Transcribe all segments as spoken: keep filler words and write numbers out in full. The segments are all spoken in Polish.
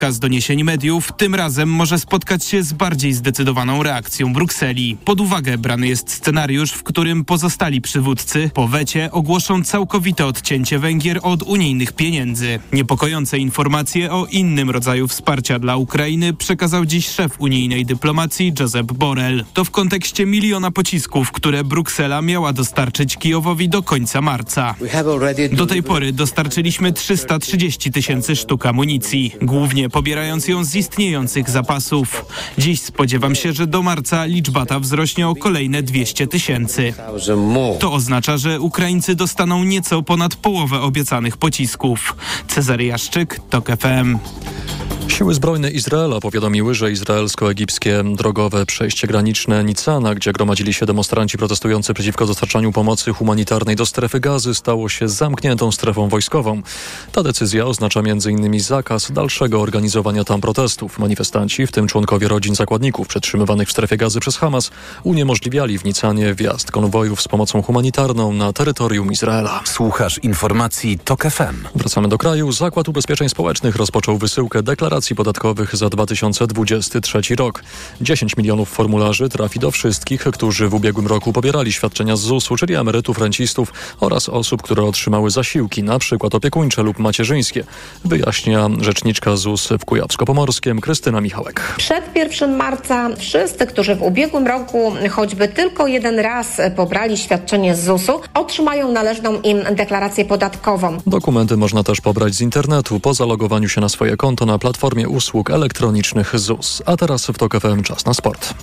Z doniesień mediów tym razem może spotkać się z bardziej zdecydowaną reakcją Brukseli. Pod uwagę brany jest scenariusz, w którym pozostali przywódcy po wecie ogłoszą całkowite odcięcie Węgier od unijnych pieniędzy. Niepokojące informacje o innym rodzaju wsparcia dla Ukrainy przekazał dziś szef unijnej dyplomacji Josep Borrell. To w kontekście miliona pocisków, które Bruksela miała dostarczyć Kijowowi do końca marca. Do tej pory dostarczyliśmy trzysta trzydzieści tysięcy sztuk amunicji, głównie pobierając ją z istniejących zapasów. Dziś spodziewam się, że do marca liczba ta wzrośnie o kolejne dwieście tysięcy. To oznacza, że Ukraińcy dostaną nieco ponad połowę obiecanych pocisków. Cezary Jaszczyk, TOK F M. Siły zbrojne Izraela powiadomiły, że izraelsko-egipskie drogowe przejście graniczne Nicana, gdzie gromadzili się demonstranci protestujący przeciwko dostarczaniu pomocy humanitarnej do strefy Gazy, stało się zamkniętą strefą wojskową. Ta decyzja oznacza m in zakaz dalszego organizowania tam protestów. Manifestanci, w tym członkowie rodzin zakładników przetrzymywanych w strefie Gazy przez Hamas, uniemożliwiali w Nicanie wjazd konwojów z pomocą humanitarną na terytorium Izraela. Słuchasz informacji TOK F M. Wracamy do kraju. Zakład Ubezpieczeń Społecznych rozpoczął wysyłkę deklaracji podatkowych za dwa tysiące dwudziesty trzeci rok. dziesięć milionów formularzy trafi do wszystkich, którzy w ubiegłym roku pobierali świadczenia z zusu, czyli emerytów, rencistów oraz osób, które otrzymały zasiłki, na przykład opiekuńcze lub macierzyńskie. Wyjaśnia rzeczniczka Z U S w Kujawsko-Pomorskiem Krystyna Michałek. Przed pierwszego marca wszyscy, którzy w ubiegłym roku choćby tylko jeden raz pobrali świadczenie z zusu, otrzymają należną im deklarację podatkową. Dokumenty można też pobrać z internetu po zalogowaniu się na swoje konto na platformie usług elektronicznych Z U S. A teraz w TOK F M czas na sport.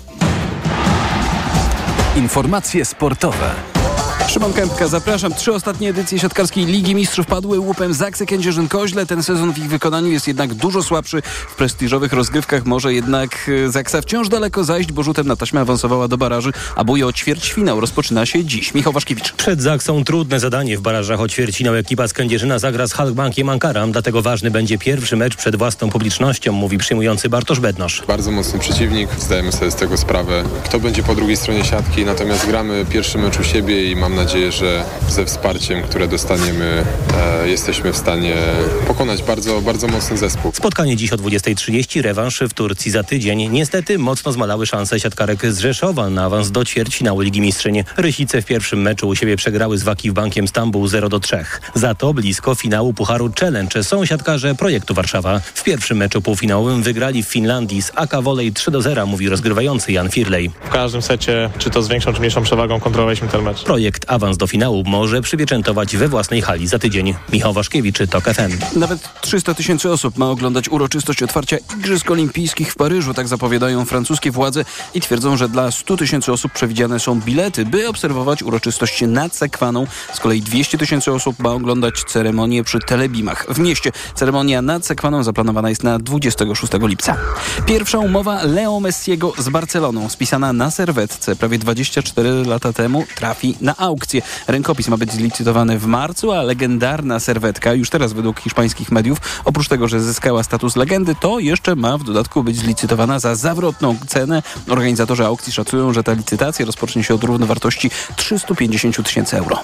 Informacje sportowe. Szymon Kępka, zapraszam. Trzy ostatnie edycje siatkarskiej Ligi Mistrzów padły łupem Zaksy Kędzierzyn-Koźle. Ten sezon w ich wykonaniu jest jednak dużo słabszy. W prestiżowych rozgrywkach może jednak Zaksa wciąż daleko zajść, bo rzutem na taśmę awansowała do baraży, a bój o ćwierćfinał rozpoczyna się dziś. Michał Waszkiewicz. Przed Zaksą trudne zadanie. W barażach o ćwierćfinał ekipa z Kędzierzyna zagra z Halkbankiem Ankara. Dlatego ważny będzie pierwszy mecz przed własną publicznością, mówi przyjmujący Bartosz Bednosz. Bardzo mocny przeciwnik. Zdajemy sobie z tego sprawę, kto będzie po drugiej stronie siatki. Natomiast gramy pierwszy mecz u siebie i mam nadzieję, że ze wsparciem, które dostaniemy, e, jesteśmy w stanie pokonać bardzo, bardzo mocny zespół. Spotkanie dziś o dwudziestej trzydzieści, rewanż w Turcji za tydzień. Niestety mocno zmalały szanse siatkarek z Rzeszowa na awans do ćwierćfinału Ligi Mistrzyń. Rysice w pierwszym meczu u siebie przegrały z Wakiwbankiem Stambuł zero do trzech. Za to blisko finału Pucharu Challenge są siatkarze Projektu Warszawa. W pierwszym meczu półfinałowym wygrali w Finlandii z A K Volley trzy do zera, mówi rozgrywający Jan Firley. W każdym secie, czy to z większą, czy mniejszą przewagą, kontrolowaliśmy ten mecz. Projekt awans do finału może przypieczętować we własnej hali za tydzień. Michał Waszkiewicz, TOK F M. Nawet trzysta tysięcy osób ma oglądać uroczystość otwarcia Igrzysk Olimpijskich w Paryżu. Tak zapowiadają francuskie władze i twierdzą, że dla stu tysięcy osób przewidziane są bilety, by obserwować uroczystość nad Sekwaną. Z kolei dwieście tysięcy osób ma oglądać ceremonię przy Telebimach w mieście. Ceremonia nad Sekwaną zaplanowana jest na dwudziestego szóstego lipca. Pierwsza umowa Leo Messiego z Barceloną, spisana na serwetce prawie dwadzieścia cztery lata temu, trafi na aukcję. Rękopis ma być zlicytowany w marcu, a legendarna serwetka, już teraz według hiszpańskich mediów, oprócz tego, że zyskała status legendy, to jeszcze ma w dodatku być zlicytowana za zawrotną cenę. Organizatorzy aukcji szacują, że ta licytacja rozpocznie się od równowartości trzysta pięćdziesiąt tysięcy euro.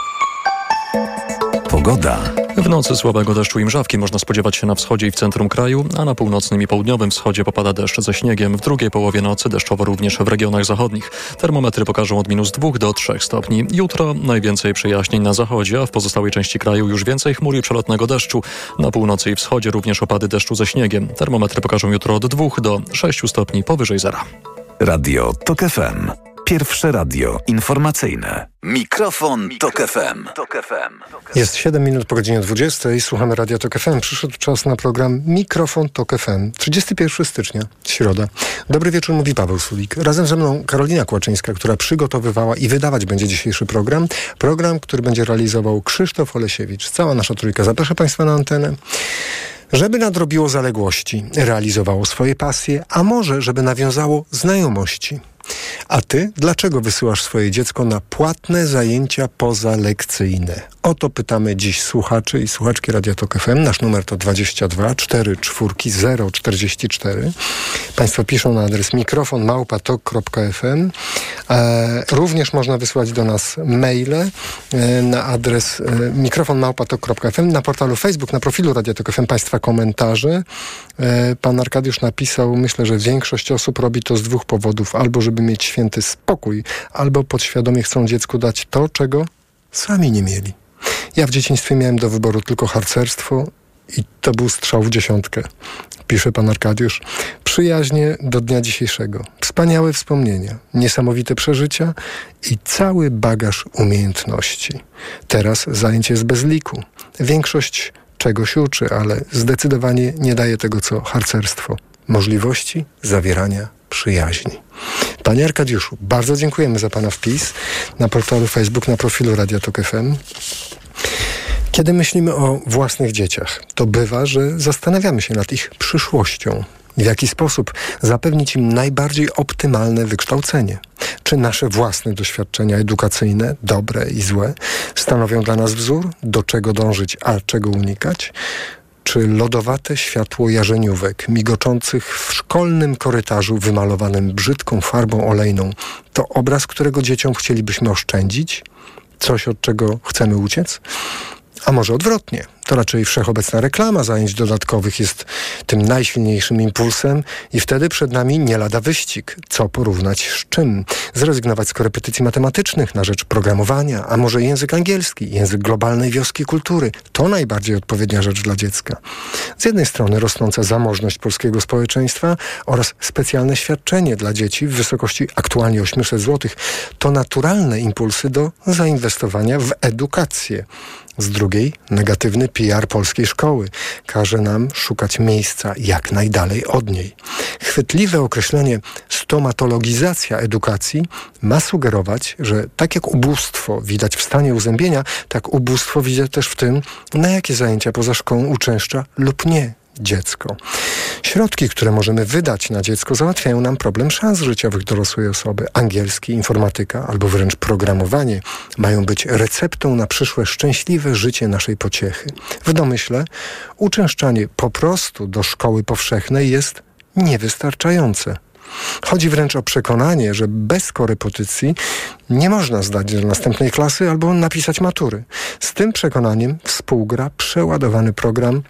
Pogoda. W nocy słabego deszczu i mrzawki można spodziewać się na wschodzie i w centrum kraju, a na północnym i południowym wschodzie popada deszcz ze śniegiem. W drugiej połowie nocy deszczowo również w regionach zachodnich. Termometry pokażą od minus dwóch do trzech stopni. Jutro najwięcej przejaśnień na zachodzie, a w pozostałej części kraju już więcej chmur i przelotnego deszczu. Na północy i wschodzie również opady deszczu ze śniegiem. Termometry pokażą jutro od dwóch do sześciu stopni powyżej zera. Radio TOK F M. Pierwsze radio informacyjne. Mikrofon TOK F M. Jest siedem minut po godzinie dwudziestej. Słuchamy Radia TOK F M. Przyszedł czas na program Mikrofon TOK F M. trzydziestego pierwszego stycznia, środa. Dobry wieczór, mówi Paweł Sulik. Razem ze mną Karolina Kłaczyńska, która przygotowywała i wydawać będzie dzisiejszy program. Program, który będzie realizował Krzysztof Olesiewicz. Cała nasza trójka. Zapraszam Państwa na antenę. Żeby nadrobiło zaległości, realizowało swoje pasje, a może żeby nawiązało znajomości. A ty, dlaczego wysyłasz swoje dziecko na płatne zajęcia pozalekcyjne? O to pytamy dziś słuchaczy i słuchaczki Radia Tok F M. Nasz numer to dwadzieścia dwa cztery cztery zero czterdzieści cztery. Państwo piszą na adres mikrofon małpa tok kropka f m. E, również można wysłać do nas maile e, na adres e, mikrofon małpa tok kropka f m. Na portalu Facebook, na profilu Radia Tok F M Państwa komentarze. E, pan Arkadiusz napisał, myślę, że większość osób robi to z dwóch powodów. Albo żeby mieć święty spokój, albo podświadomie chcą dziecku dać to, czego sami nie mieli. Ja w dzieciństwie miałem do wyboru tylko harcerstwo i to był strzał w dziesiątkę, pisze pan Arkadiusz. Przyjaźnie do dnia dzisiejszego. Wspaniałe wspomnienia, niesamowite przeżycia i cały bagaż umiejętności. Teraz zajęcie jest bez liku. Większość czegoś uczy, ale zdecydowanie nie daje tego, co harcerstwo. Możliwości zawierania przyjaźni. Panie Arkadiuszu, bardzo dziękujemy za pana wpis na portalu Facebook, na profilu Radia Tok F M. Kiedy myślimy o własnych dzieciach, to bywa, że zastanawiamy się nad ich przyszłością. W jaki sposób zapewnić im najbardziej optymalne wykształcenie? Czy nasze własne doświadczenia edukacyjne, dobre i złe, stanowią dla nas wzór, do czego dążyć, a czego unikać? Czy lodowate światło jarzeniówek migoczących w szkolnym korytarzu wymalowanym brzydką farbą olejną to obraz, którego dzieciom chcielibyśmy oszczędzić? Coś, od czego chcemy uciec? A może odwrotnie? To raczej wszechobecna reklama zajęć dodatkowych jest tym najsilniejszym impulsem i wtedy przed nami nie lada wyścig. Co porównać z czym? Zrezygnować z korepetycji matematycznych na rzecz programowania, a może język angielski, język globalnej wioski kultury. To najbardziej odpowiednia rzecz dla dziecka. Z jednej strony rosnąca zamożność polskiego społeczeństwa oraz specjalne świadczenie dla dzieci w wysokości aktualnie osiemset złotych to naturalne impulsy do zainwestowania w edukację. Z drugiej negatywny P R polskiej szkoły każe nam szukać miejsca jak najdalej od niej. Chwytliwe określenie stomatologizacja edukacji ma sugerować, że tak jak ubóstwo widać w stanie uzębienia, tak ubóstwo widać też w tym, na jakie zajęcia poza szkołą uczęszcza lub nie dziecko. Środki, które możemy wydać na dziecko, załatwiają nam problem szans życiowych dorosłej osoby. Angielski, informatyka albo wręcz programowanie mają być receptą na przyszłe szczęśliwe życie naszej pociechy. W domyśle uczęszczanie po prostu do szkoły powszechnej jest niewystarczające. Chodzi wręcz o przekonanie, że bez korepetycji nie można zdać do następnej klasy albo napisać matury. Z tym przekonaniem współgra przeładowany program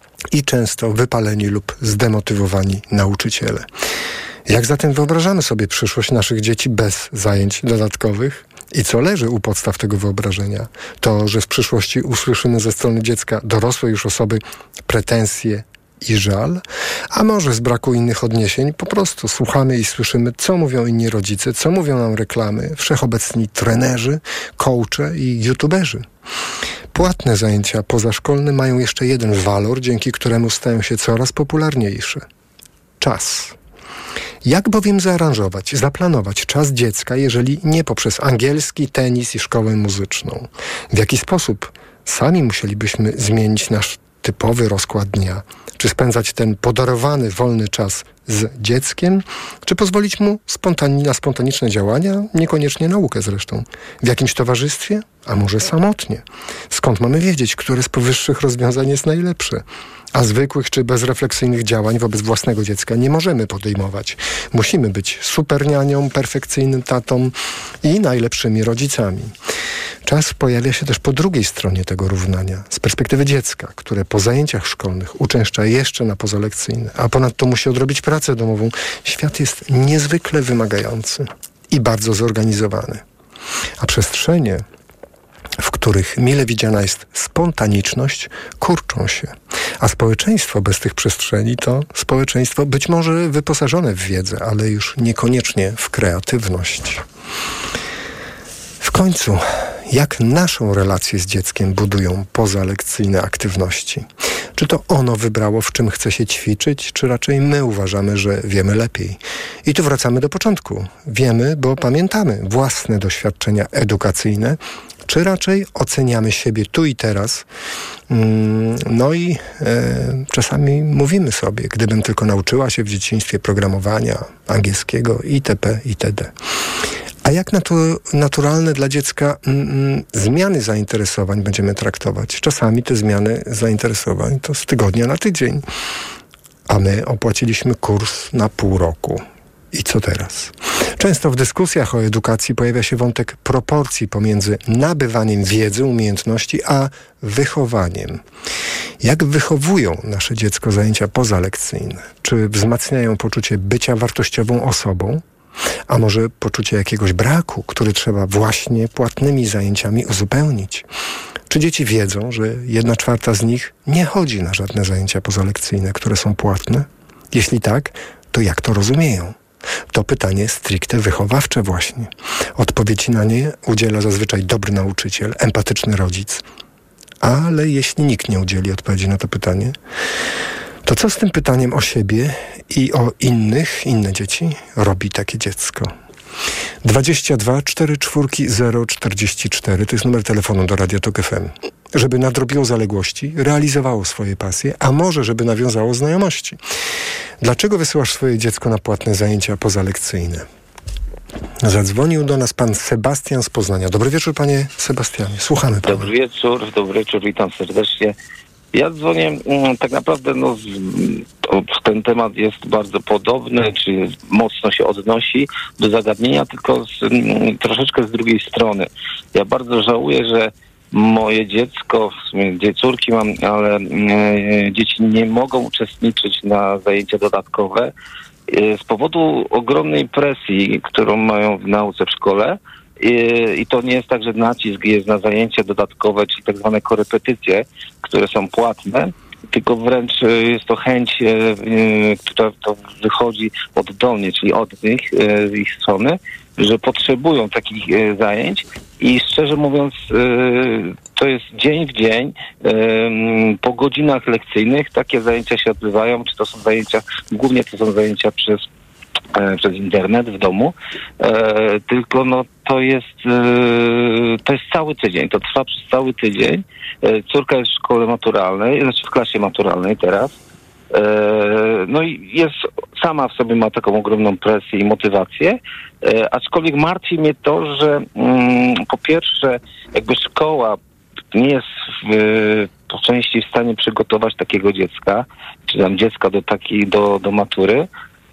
i często wypaleni lub zdemotywowani nauczyciele. Jak zatem wyobrażamy sobie przyszłość naszych dzieci bez zajęć dodatkowych? I co leży u podstaw tego wyobrażenia? To, że w przyszłości usłyszymy ze strony dziecka dorosłej już osoby pretensje i żal? A może z braku innych odniesień po prostu słuchamy i słyszymy, co mówią inni rodzice, co mówią nam reklamy, wszechobecni trenerzy, coache i youtuberzy. Płatne zajęcia pozaszkolne mają jeszcze jeden walor, dzięki któremu stają się coraz popularniejsze. Czas. Jak bowiem zaaranżować, zaplanować czas dziecka, jeżeli nie poprzez angielski, tenis i szkołę muzyczną? W jaki sposób sami musielibyśmy zmienić nasz typowy rozkład dnia? Czy spędzać ten podarowany wolny czas z dzieckiem, czy pozwolić mu spontani- na spontaniczne działania, niekoniecznie naukę zresztą? W jakimś towarzystwie? A może samotnie? Skąd mamy wiedzieć, które z powyższych rozwiązań jest najlepsze? A zwykłych czy bezrefleksyjnych działań wobec własnego dziecka nie możemy podejmować. Musimy być supernianią, perfekcyjnym tatą i najlepszymi rodzicami. Czas pojawia się też po drugiej stronie tego równania. Z perspektywy dziecka, które po zajęciach szkolnych uczęszcza jeszcze na pozalekcyjne, a ponadto musi odrobić pracę domową, świat jest niezwykle wymagający i bardzo zorganizowany. A przestrzenie, w których mile widziana jest spontaniczność, kurczą się. A społeczeństwo bez tych przestrzeni to społeczeństwo być może wyposażone w wiedzę, ale już niekoniecznie w kreatywność. W końcu, jak naszą relację z dzieckiem budują pozalekcyjne aktywności? Czy to ono wybrało, w czym chce się ćwiczyć, czy raczej my uważamy, że wiemy lepiej? I tu wracamy do początku. Wiemy, bo pamiętamy własne doświadczenia edukacyjne, czy raczej oceniamy siebie tu i teraz. No i e, czasami mówimy sobie, gdybym tylko nauczyła się w dzieciństwie programowania, angielskiego itp. itd. A jak natu- naturalne dla dziecka mm, zmiany zainteresowań będziemy traktować? Czasami te zmiany zainteresowań to z tygodnia na tydzień, a my opłaciliśmy kurs na pół roku. I co teraz? Często w dyskusjach o edukacji pojawia się wątek proporcji pomiędzy nabywaniem wiedzy, umiejętności, a wychowaniem. Jak wychowują nasze dziecko zajęcia pozalekcyjne? Czy wzmacniają poczucie bycia wartościową osobą? A może poczucie jakiegoś braku, który trzeba właśnie płatnymi zajęciami uzupełnić? Czy dzieci wiedzą, że jedna czwarta z nich nie chodzi na żadne zajęcia pozalekcyjne, które są płatne? Jeśli tak, to jak to rozumieją? To pytanie stricte wychowawcze właśnie. Odpowiedzi na nie udziela zazwyczaj dobry nauczyciel, empatyczny rodzic. Ale jeśli nikt nie udzieli odpowiedzi na to pytanie, to co z tym pytaniem o siebie i o innych, inne dzieci robi takie dziecko? dwadzieścia dwa cztery cztery zero czterdzieści cztery to jest numer telefonu do Radia Tok F M. Żeby nadrobiło zaległości, realizowało swoje pasje, a może żeby nawiązało znajomości. Dlaczego wysyłasz swoje dziecko na płatne zajęcia pozalekcyjne? Zadzwonił do nas pan Sebastian z Poznania. Dobry wieczór, panie Sebastianie. Słuchamy pana. Dobry wieczór, dobry wieczór, witam serdecznie. Ja dzwonię, mm, tak naprawdę no, z, to, ten temat jest bardzo podobny, czy mocno się odnosi do zagadnienia, tylko z, mm, troszeczkę z drugiej strony. Ja bardzo żałuję, że moje dziecko, w sumie dwie córki mam, ale e, dzieci nie mogą uczestniczyć na zajęcia dodatkowe e, z powodu ogromnej presji, którą mają w nauce w szkole. I to nie jest tak, że nacisk jest na zajęcia dodatkowe, czyli tak zwane korepetycje, które są płatne, tylko wręcz jest to chęć, która to wychodzi oddolnie, czyli od nich, z ich strony, że potrzebują takich zajęć i szczerze mówiąc to jest dzień w dzień, po godzinach lekcyjnych takie zajęcia się odbywają, czy to są zajęcia, głównie to są zajęcia przez przez internet w domu, e, tylko no to jest e, to jest cały tydzień, to trwa przez cały tydzień. E, córka jest w szkole maturalnej, znaczy w klasie maturalnej teraz. E, no i jest, sama w sobie ma taką ogromną presję i motywację, e, aczkolwiek martwi mnie to, że mm, po pierwsze jakby szkoła nie jest w, po części w stanie przygotować takiego dziecka, czy tam dziecka do takiej, do, do matury.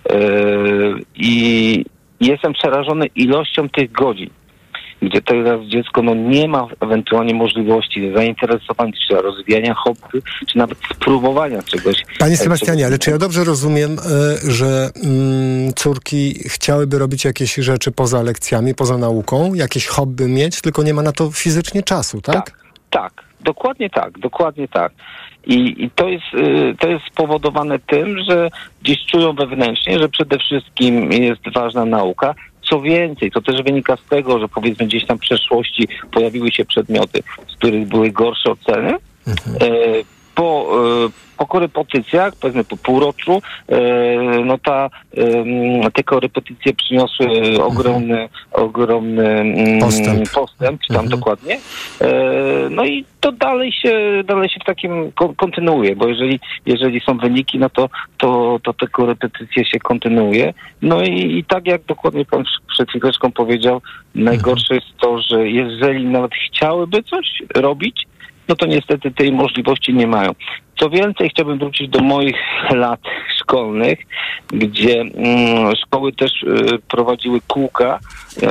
I jestem przerażony ilością tych godzin, gdzie teraz dziecko no, nie ma ewentualnie możliwości zainteresowania, czy rozwijania hobby, czy nawet spróbowania czegoś. Panie Sebastianie, ale czy ja dobrze rozumiem, że mm, córki chciałyby robić jakieś rzeczy poza lekcjami, poza nauką, jakieś hobby mieć, tylko nie ma na to fizycznie czasu, tak? Tak, tak, dokładnie tak, dokładnie tak. I, i to jest to jest spowodowane tym, że gdzieś czują wewnętrznie, że przede wszystkim jest ważna nauka. Co więcej, to też wynika z tego, że powiedzmy gdzieś tam w przeszłości pojawiły się przedmioty, z których były gorsze oceny. Mhm. E, po, e, po korepetycjach, powiedzmy po półroczu, e, no ta, e, te korepetycje przyniosły ogromny, mhm. ogromny mm, postęp. postęp, czy tam mhm. dokładnie. E, no i to dalej się, dalej się w takim kontynuuje, bo jeżeli, jeżeli są wyniki, no to, to, to te korepetycje się kontynuuje. No i, i tak jak dokładnie pan przed chwileczką powiedział, najgorsze jest to, że jeżeli nawet chciałyby coś robić, no to niestety tej możliwości nie mają. Co więcej, chciałbym wrócić do moich lat szkolnych, gdzie mm, szkoły też y, prowadziły kółka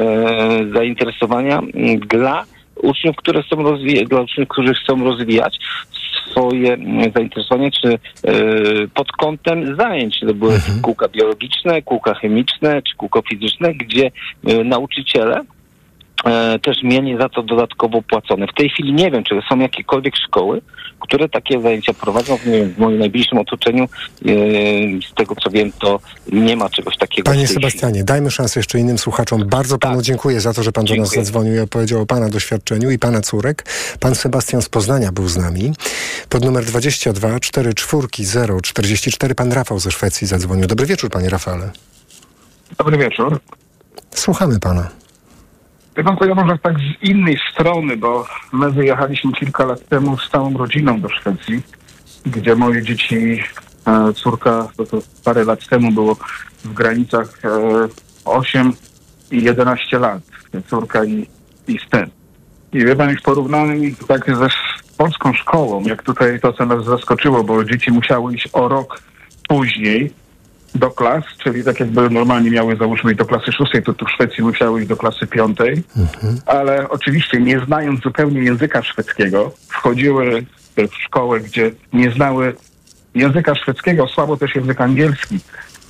y, zainteresowania y, dla uczniów, które chcą rozwijać, dla uczniów, którzy chcą rozwijać swoje y, zainteresowania, czy y, pod kątem zajęć. To były mhm. kółka biologiczne, kółka chemiczne, czy kółko fizyczne, gdzie y, nauczyciele E, też mieli za to dodatkowo płacone. W tej chwili nie wiem, czy są jakiekolwiek szkoły, które takie zajęcia prowadzą. Nie wiem, w moim najbliższym otoczeniu, e, z tego co wiem, to nie ma czegoś takiego. Panie Sebastianie, dajmy szansę jeszcze innym słuchaczom. Bardzo panu tak. dziękuję za to, że pan dziękuję. do nas zadzwonił i opowiedział o pana doświadczeniu i pana córek. Pan Sebastian z Poznania był z nami. Pod numer dwadzieścia dwa cztery cztery zero czterdzieści cztery pan Rafał ze Szwecji zadzwonił. Dobry wieczór, panie Rafale. Dobry wieczór. Słuchamy pana. Wie pan co, ja może tak z innej strony, bo my wyjechaliśmy kilka lat temu z całą rodziną do Szwecji, gdzie moje dzieci, e, córka, to, to parę lat temu było w granicach e, osiem i jedenaście lat. córka i, i syn. I wie pan, w porównaniu tak ze polską szkołą, jak tutaj to, co nas zaskoczyło, bo dzieci musiały iść o rok później do klas, czyli tak jakby normalnie miały, załóżmy, do klasy szóstej, to tu w Szwecji musiały iść do klasy piątej, mhm. ale oczywiście nie znając zupełnie języka szwedzkiego, wchodziły w szkołę, gdzie nie znały języka szwedzkiego, słabo też język angielski.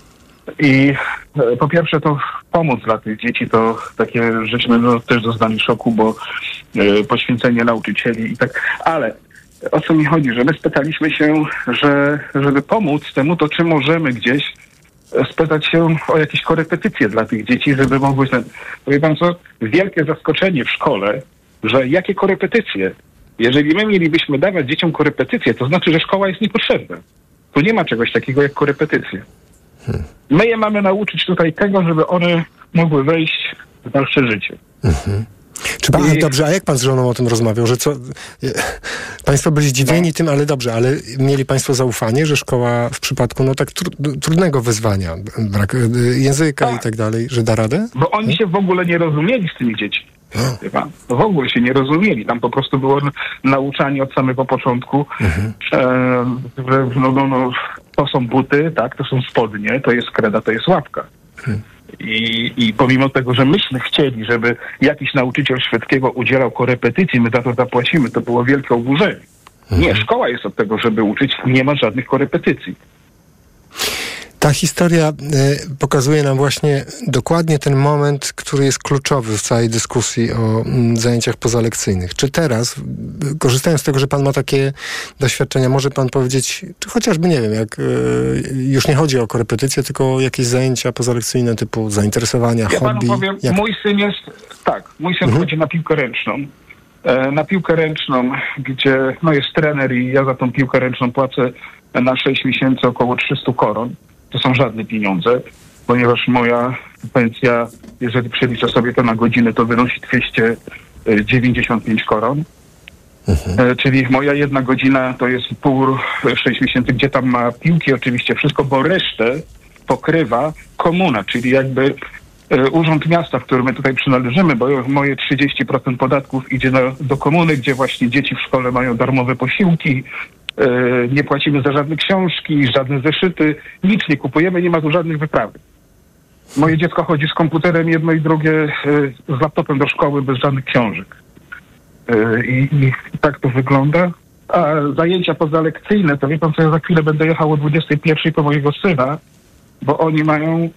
I e, po pierwsze to pomóc dla tych dzieci, to takie, żeśmy no, też doznali szoku, bo e, poświęcenie nauczycieli i tak, ale o co mi chodzi, że my spytaliśmy się, że żeby pomóc temu, to czy możemy gdzieś spytać się o jakieś korepetycje dla tych dzieci, żeby mogły... Powie pan co, wielkie zaskoczenie w szkole, że jakie korepetycje? Jeżeli my mielibyśmy dawać dzieciom korepetycje, to znaczy, że szkoła jest niepotrzebna. Tu nie ma czegoś takiego jak korepetycje. My je mamy nauczyć tutaj tego, żeby one mogły wejść w dalsze życie. Mhm. Czy pan, I... Dobrze, a jak pan z żoną o tym rozmawiał? Że co, państwo byli zdziwieni no. tym, ale dobrze, ale mieli państwo zaufanie, że szkoła w przypadku no tak tr- trudnego wyzwania, brak języka tak. i tak dalej, że da radę? Bo oni się w ogóle nie rozumieli z tymi dziećmi. No. W ogóle się nie rozumieli. Tam po prostu było nauczanie od samego początku, mhm. e, że no, no, no, to są buty, tak, to są spodnie, to jest kreda, to jest łapka. Hmm. I, I pomimo tego, że myśmy chcieli, żeby jakiś nauczyciel szwedzkiego udzielał korepetycji, my za to zapłacimy, to było wielkie oburzenie. Hmm. Nie, szkoła jest od tego, żeby uczyć, nie ma żadnych korepetycji. Ta historia y, pokazuje nam właśnie dokładnie ten moment, który jest kluczowy w całej dyskusji o mm, zajęciach pozalekcyjnych. Czy teraz, y, korzystając z tego, że pan ma takie doświadczenia, może pan powiedzieć, czy chociażby, nie wiem, jak y, już nie chodzi o korepetycje, tylko o jakieś zajęcia pozalekcyjne typu zainteresowania, ja hobby? Ja panu powiem, jak... mój syn jest, tak, mój syn mhm. chodzi na piłkę ręczną. E, na piłkę ręczną, gdzie no jest trener i ja za tą piłkę ręczną płacę na sześć miesięcy około trzysta koron. To są żadne pieniądze, ponieważ moja pensja, jeżeli przeliczę sobie to na godzinę, to wynosi dwieście dziewięćdziesiąt pięć koron. Mhm. Czyli moja jedna godzina to jest pół, sześć miesięcy, gdzie tam ma piłki oczywiście, wszystko, bo resztę pokrywa komuna, czyli jakby Urząd Miasta, w którym my tutaj przynależymy, bo moje trzydzieści procent podatków idzie na, do komuny, gdzie właśnie dzieci w szkole mają darmowe posiłki, nie płacimy za żadne książki, żadne zeszyty, nic nie kupujemy, nie ma tu żadnych wyprawy. Moje dziecko chodzi z komputerem jedno i drugie, z laptopem do szkoły bez żadnych książek. I, i tak to wygląda. A zajęcia pozalekcyjne, to wie pan co, ja za chwilę będę jechał o dwudziestej pierwszej po mojego syna, bo oni mają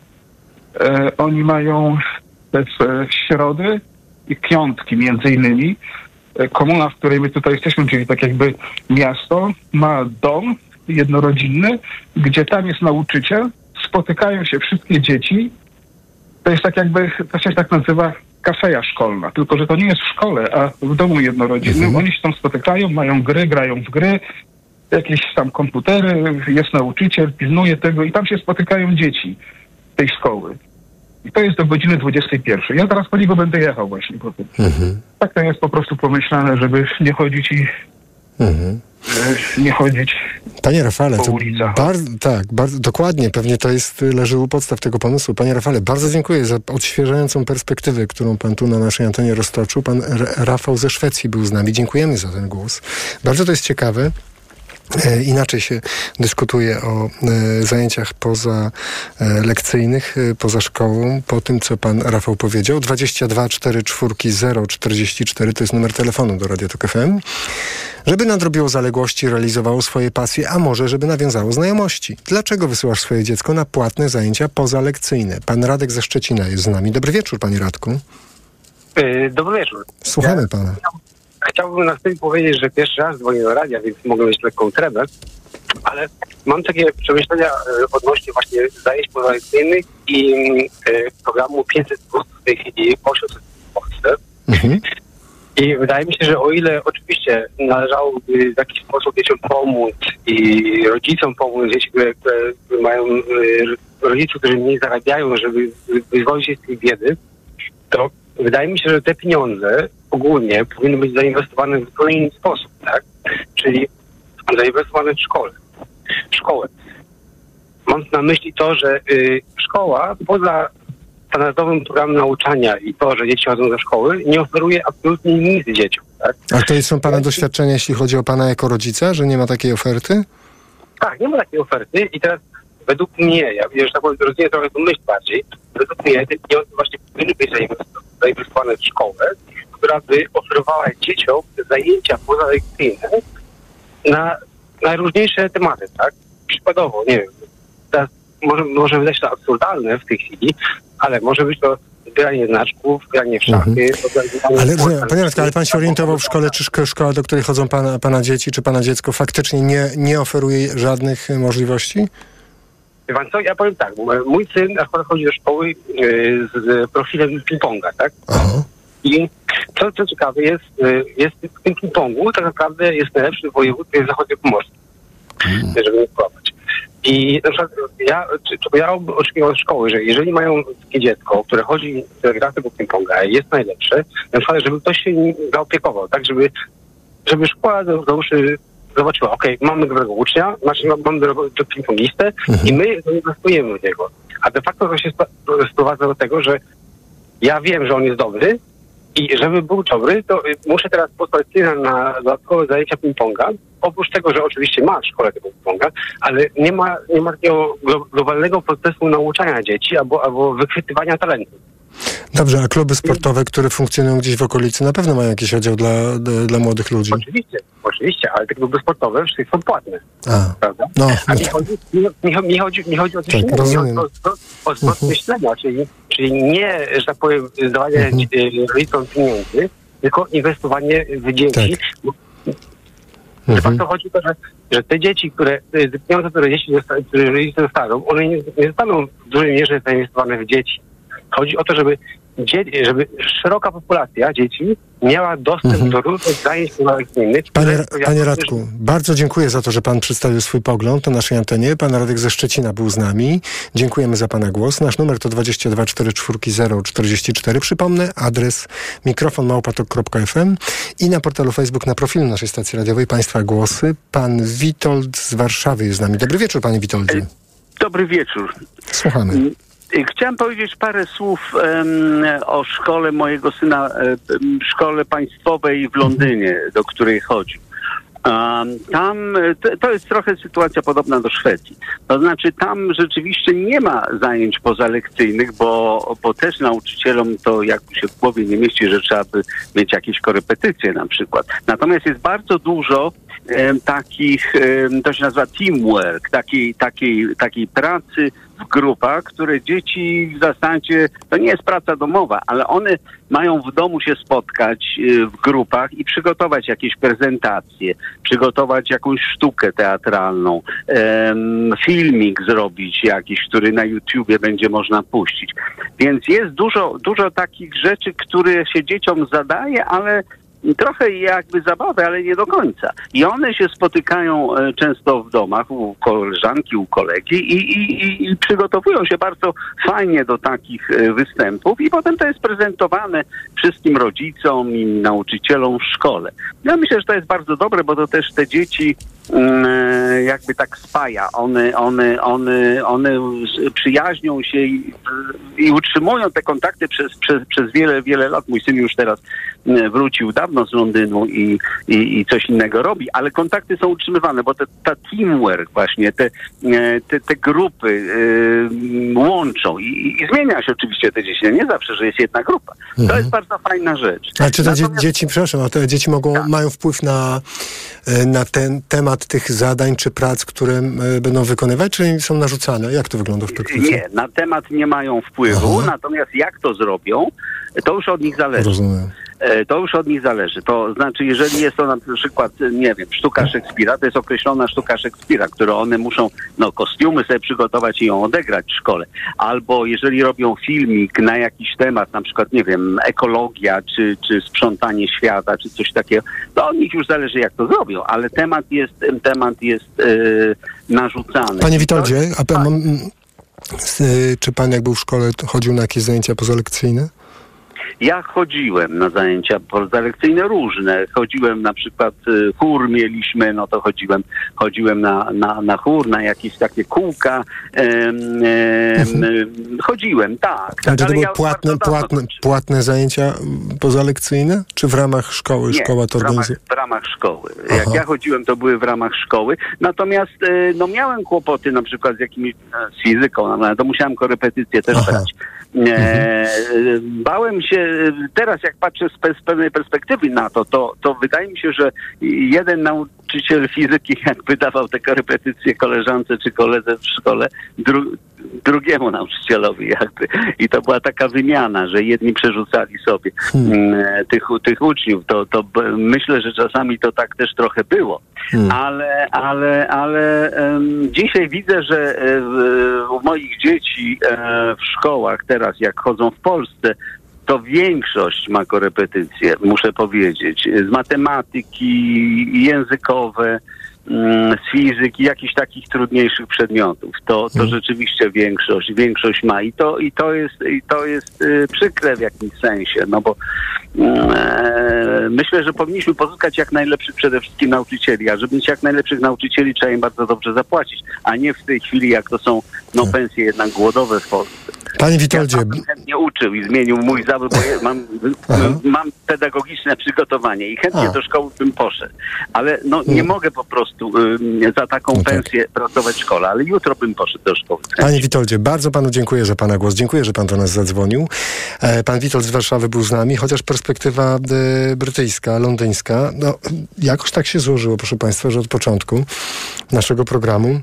e, oni mają te środy i piątki między innymi. Komuna, w której my tutaj jesteśmy, czyli tak jakby miasto, ma dom jednorodzinny, gdzie tam jest nauczyciel, spotykają się wszystkie dzieci. To jest tak jakby, to się tak nazywa kafeja szkolna, tylko że to nie jest w szkole, a w domu jednorodzinnym. Mhm. Oni się tam spotykają, mają gry, grają w gry, jakieś tam komputery, jest nauczyciel, pilnuje tego i tam się spotykają dzieci tej szkoły. I to jest do godziny dwudziestej pierwszej. Ja teraz po niego będę jechał właśnie po tym. Mhm. Tak to jest po prostu pomyślane, żeby nie chodzić i mhm. nie chodzić Panie Rafale, po to ulicach. Bardzo, tak, bardzo dokładnie, pewnie to jest, leży u podstaw tego pomysłu. Panie Rafale, bardzo dziękuję za odświeżającą perspektywę, którą pan tu na naszej antenie roztoczył. Pan R- Rafał ze Szwecji był z nami. Dziękujemy za ten głos. Bardzo to jest ciekawe. E, inaczej się dyskutuje o e, zajęciach pozalekcyjnych, e, poza szkołą, po tym, co pan Rafał powiedział. dwadzieścia dwa czterdzieści cztery zero czterdzieści cztery to jest numer telefonu do Radia Tok F M. Żeby nadrobiło zaległości, realizowało swoje pasje, a może żeby nawiązało znajomości. Dlaczego wysyłasz swoje dziecko na płatne zajęcia pozalekcyjne? Pan Radek ze Szczecina jest z nami. Dobry wieczór, panie Radku. Yy, dobry wieczór. Słuchamy ja, pana. Chciałbym na wstępie powiedzieć, że pierwszy raz dzwonię do radia, więc mogę mieć lekką tremę, ale mam takie przemyślenia odnośnie właśnie zajęć pozalekcyjnych i y, programu pięćset plus w tej chwili osiemset w Polsce. Mhm. I wydaje mi się, że o ile oczywiście należałoby w jakiś sposób dzieciom pomóc i rodzicom pomóc, dzieci, które, które mają y, rodziców, którzy mniej zarabiają, żeby wyzwolić się z tej biedy, to wydaje mi się, że te pieniądze ogólnie powinny być zainwestowane w zupełnie inny sposób, tak? Czyli zainwestowane w szkole. W szkołę. Mam na myśli to, że y, szkoła poza standardowym programem nauczania i to, że dzieci chodzą do szkoły, nie oferuje absolutnie nic dzieciom. Tak? A to są pana doświadczenia, jeśli chodzi o pana jako rodzica, że nie ma takiej oferty? Tak, nie ma takiej oferty i teraz według mnie, ja już tak rozumiem trochę tą myśl bardziej, według mnie te pieniądze właśnie powinny być zainwestowane w szkołę, która by oferowała dzieciom zajęcia pozalekcyjne na najróżniejsze tematy, tak? Przykładowo, nie wiem, teraz może, może wydać to absurdalne w tej chwili, ale może być to granie znaczków, granie w szachy. Mhm. Ale, panie Radku, ale pan się orientował w szkole, czy szkoła, do której chodzą pana, pana dzieci, czy pana dziecko faktycznie nie, nie oferuje żadnych możliwości? Wie pan co, ja powiem tak, mój syn akurat chodzi do szkoły z profilem ping-ponga, tak? Aha. I co, co ciekawe jest, jest w tym ping-pongu tak naprawdę jest najlepszy w województwie zachodniopomorskim, hmm. żeby nie kłamać. I na przykład ja, czy, czy ja oczekuję od szkoły, że jeżeli mają takie dziecko, które chodzi, które gra tego ping-ponga i jest najlepsze, na przykład, żeby ktoś się nim zaopiekował, tak, żeby, żeby szkoła załóżmy zobaczyła, okej, okay, mamy dobrego ucznia, znaczy mamy dobrego ping-pongistę mhm. i my inwestujemy w niego. A de facto to się sprowadza do tego, że ja wiem, że on jest dobry i żeby był dobry, to muszę teraz posłać syna na dodatkowe zajęcia ping-ponga. Oprócz tego, że oczywiście ma w szkole tego ping-ponga, ale nie ma, nie ma takiego globalnego procesu nauczania dzieci albo, albo wychwytywania talentu. Dobrze, a kluby sportowe, które funkcjonują gdzieś w okolicy, na pewno mają jakiś oddział dla, dla młodych ludzi. Oczywiście, oczywiście, ale te kluby sportowe wszystkie są płatne. A, prawda? No, a no mi, chodzi, mi, mi, mi, chodzi, mi chodzi o coś tak, innego, rozumiem. o, o, o zwrot uh-huh. myślenia, czyli, czyli nie, że tak powiem, dawanie uh-huh. rodzicom pieniędzy, tylko inwestowanie w dzieci. Tak. De facto chodzi o to, że, że te dzieci, które, te pieniądze, które dzieci które rodzice dostaną, one nie, nie zostaną w dużej mierze zainwestowane w dzieci. Chodzi o to, żeby, dzie- żeby szeroka populacja dzieci miała dostęp mhm. do różnych zajęć pozalekcyjnych. Panie, panie Radku, bardzo dziękuję za to, że pan przedstawił swój pogląd na naszej antenie. Pan Radek ze Szczecina był z nami. Dziękujemy za pana głos. Nasz numer to dwadzieścia dwa czterdzieści cztery zero czterdzieści cztery. Przypomnę, adres mikrofon małpa tok kropka f m i na portalu Facebook, na profilu naszej stacji radiowej państwa głosy. Pan Witold z Warszawy jest z nami. Dobry wieczór, panie Witoldzie. Dobry wieczór. Słuchamy. Chciałem powiedzieć parę słów um, o szkole mojego syna, um, szkole państwowej w Londynie, do której chodzi. Um, tam to, to jest trochę sytuacja podobna do Szwecji. To znaczy tam rzeczywiście nie ma zajęć pozalekcyjnych, bo, bo też nauczycielom to jakby się w głowie nie mieści, że trzeba by mieć jakieś korepetycje na przykład. Natomiast jest bardzo dużo um, takich, um, to się nazywa teamwork, takiej, takiej, takiej pracy w grupach, które dzieci w zasadzie, to nie jest praca domowa, ale one mają w domu się spotkać w grupach i przygotować jakieś prezentacje, przygotować jakąś sztukę teatralną, em, filmik zrobić jakiś, który na YouTubie będzie można puścić. Więc jest dużo, dużo takich rzeczy, które się dzieciom zadaje, ale trochę jakby zabawy, ale nie do końca. I one się spotykają e, często w domach, u koleżanki, u kolegi i, i, i, i przygotowują się bardzo fajnie do takich e, występów i potem to jest prezentowane wszystkim rodzicom i nauczycielom w szkole. Ja myślę, że to jest bardzo dobre, bo to też te dzieci e, jakby tak spaja. One, one, one, one przyjaźnią się i, i utrzymują te kontakty przez, przez, przez wiele, wiele lat. Mój syn już teraz e, wrócił dawno z Londynu i, i, i coś innego robi, ale kontakty są utrzymywane, bo te, ta teamwork właśnie, te, te, te grupy y, łączą I, i zmienia się oczywiście te dzieci. Nie zawsze, że jest jedna grupa. Mhm. To jest bardzo fajna rzecz. A czy te Natomiast... dzie- dzieci, przepraszam, a te dzieci mogą, tak. mają wpływ na, na ten temat tych zadań czy prac, które y, będą wykonywać, czy są narzucane? Jak to wygląda w praktyce? Nie, na temat nie mają wpływu, Aha. natomiast jak to zrobią, to już od nich zależy. Rozumiem. To już od nich zależy. To znaczy, jeżeli jest to na przykład, nie wiem, sztuka Szekspira, to jest określona sztuka Szekspira, którą one muszą, no, kostiumy sobie przygotować i ją odegrać w szkole. Albo jeżeli robią filmik na jakiś temat, na przykład, nie wiem, ekologia, czy, czy sprzątanie świata, czy coś takiego, to od nich już zależy, jak to zrobią, ale temat jest, temat jest yy, narzucany. Panie Witoldzie, a pan, mam, czy pan jak był w szkole, to chodził na jakieś zajęcia pozalekcyjne? Ja chodziłem na zajęcia pozalekcyjne różne. Chodziłem na przykład, y, chór mieliśmy, no to chodziłem, chodziłem na, na, na chór, na jakieś takie kółka. Em, em, mhm. Chodziłem, tak. A czy to były ja płatne, płatne, płatne zajęcia pozalekcyjne? Czy w ramach szkoły? Nie, Szkoła to w ramach, organizuje? w ramach szkoły. Aha. Jak ja chodziłem, to były w ramach szkoły. Natomiast y, no miałem kłopoty na przykład z jakimiś, z fizyką, no, to musiałem korepetycje też Aha. brać. E, bałem się, teraz jak patrzę z, pe- z pewnej perspektywy na to, to, to wydaje mi się, że jeden nauczyciel fizyki jakby dawał te korepetycje koleżance czy koledze w szkole, dru- drugiemu nauczycielowi jakby. I to była taka wymiana, że jedni przerzucali sobie hmm. e, tych, tych uczniów. To, to b- myślę, że czasami to tak też trochę było. Hmm. Ale, ale, ale um, dzisiaj widzę, że e, w, u moich dzieci e, w szkołach teraz, jak chodzą w Polsce, to większość ma korepetycje, muszę powiedzieć, z matematyki, językowe, z fizyki, jakichś takich trudniejszych przedmiotów. To, to hmm. rzeczywiście większość, większość ma i to, i to jest, i to jest y, przykre w jakimś sensie, no bo e, myślę, że powinniśmy pozyskać jak najlepszych przede wszystkim nauczycieli, a żeby mieć jak najlepszych nauczycieli, trzeba im bardzo dobrze zapłacić, a nie w tej chwili, jak to są no, pensje jednak głodowe w Polsce. Panie Witoldzie... Ja bym chętnie uczył i zmienił mój zawód, bo ja mam, mam pedagogiczne przygotowanie i chętnie A. do szkoły bym poszedł. Ale no, nie hmm. mogę po prostu y, za taką no pensję tak. pracować w szkole, ale jutro bym poszedł do szkoły. Panie Witoldzie, bardzo panu dziękuję za pana głos. Dziękuję, że pan do nas zadzwonił. E, pan Witold z Warszawy był z nami, chociaż perspektywa y, brytyjska, londyńska, no jakoś tak się złożyło, proszę państwa, że od początku naszego programu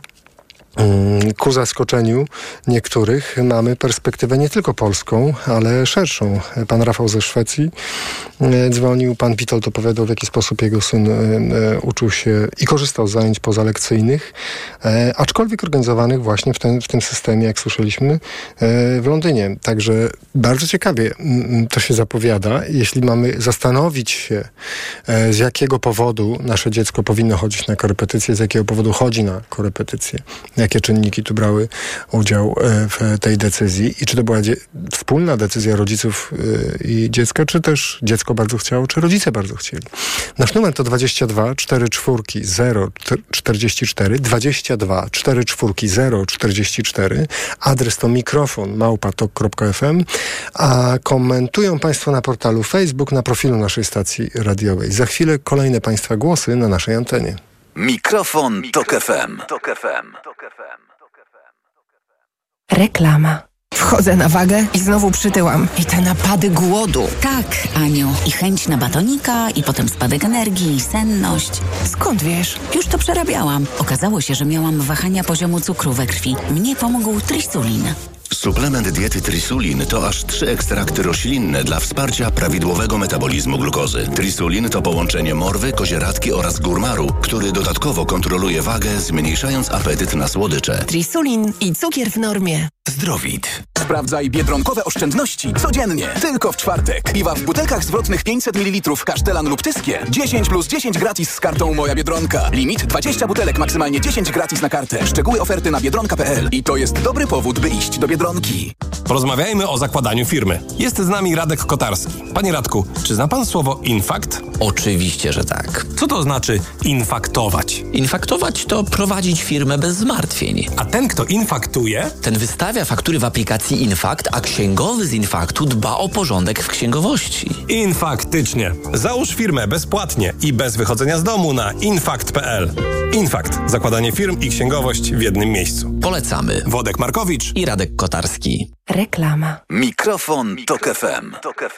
ku zaskoczeniu niektórych mamy perspektywę nie tylko polską, ale szerszą. Pan Rafał ze Szwecji dzwonił, pan Witold opowiadał, w jaki sposób jego syn uczył się i korzystał z zajęć pozalekcyjnych, aczkolwiek organizowanych właśnie w, ten, w tym systemie, jak słyszeliśmy, w Londynie. Także bardzo ciekawie to się zapowiada. Jeśli mamy zastanowić się, z jakiego powodu nasze dziecko powinno chodzić na korepetycje, z jakiego powodu chodzi na korepetycje, jakie czynniki tu brały udział w tej decyzji i czy to była dzie- wspólna decyzja rodziców i dziecka, czy też dziecko bardzo chciało, czy rodzice bardzo chcieli. Nasz numer to dwadzieścia dwa cztery cztery zero czterdzieści cztery, dwadzieścia dwa cztery cztery zero czterdzieści cztery, adres to mikrofon małpa tok kropka f m, a komentują państwo na portalu Facebook, na profilu naszej stacji radiowej. Za chwilę kolejne państwa głosy na naszej antenie. Mikrofon Tok F M. Reklama. Wchodzę na wagę i znowu przytyłam. I te napady głodu. Tak, Aniu. I chęć na batonika, i potem spadek energii, i senność. Skąd wiesz? Już to przerabiałam. Okazało się, że miałam wahania poziomu cukru we krwi. Mnie pomógł Trisulin. Suplement diety Trisulin to aż trzy ekstrakty roślinne dla wsparcia prawidłowego metabolizmu glukozy. Trisulin to połączenie morwy, kozieradki oraz górmaru, który dodatkowo kontroluje wagę, zmniejszając apetyt na słodycze. Trisulin i cukier w normie. Zdrowit. Sprawdzaj biedronkowe oszczędności codziennie. Tylko w czwartek. Piwa w butelkach zwrotnych pięćset mililitrów Kasztelan lub Tyskie. dziesięć plus dziesięć gratis z kartą Moja Biedronka. Limit dwadzieścia butelek, maksymalnie dziesięć gratis na kartę. Szczegóły oferty na biedronka kropka p l. I to jest dobry powód, by iść do Biedronki. Porozmawiajmy o zakładaniu firmy. Jest z nami Radek Kotarski. Panie Radku, czy zna pan słowo infakt? Oczywiście, że tak. Co to znaczy infaktować? Infaktować to prowadzić firmę bez zmartwień. A ten, kto infaktuje? Ten wystawia faktury w aplikacji Infakt, a księgowy z Infaktu dba o porządek w księgowości. Infaktycznie. Załóż firmę bezpłatnie i bez wychodzenia z domu na infakt kropka p l. Infakt. Zakładanie firm i księgowość w jednym miejscu. Polecamy. Wodek Markowicz i Radek Kotarski. Reklama. Mikrofon Tok F M.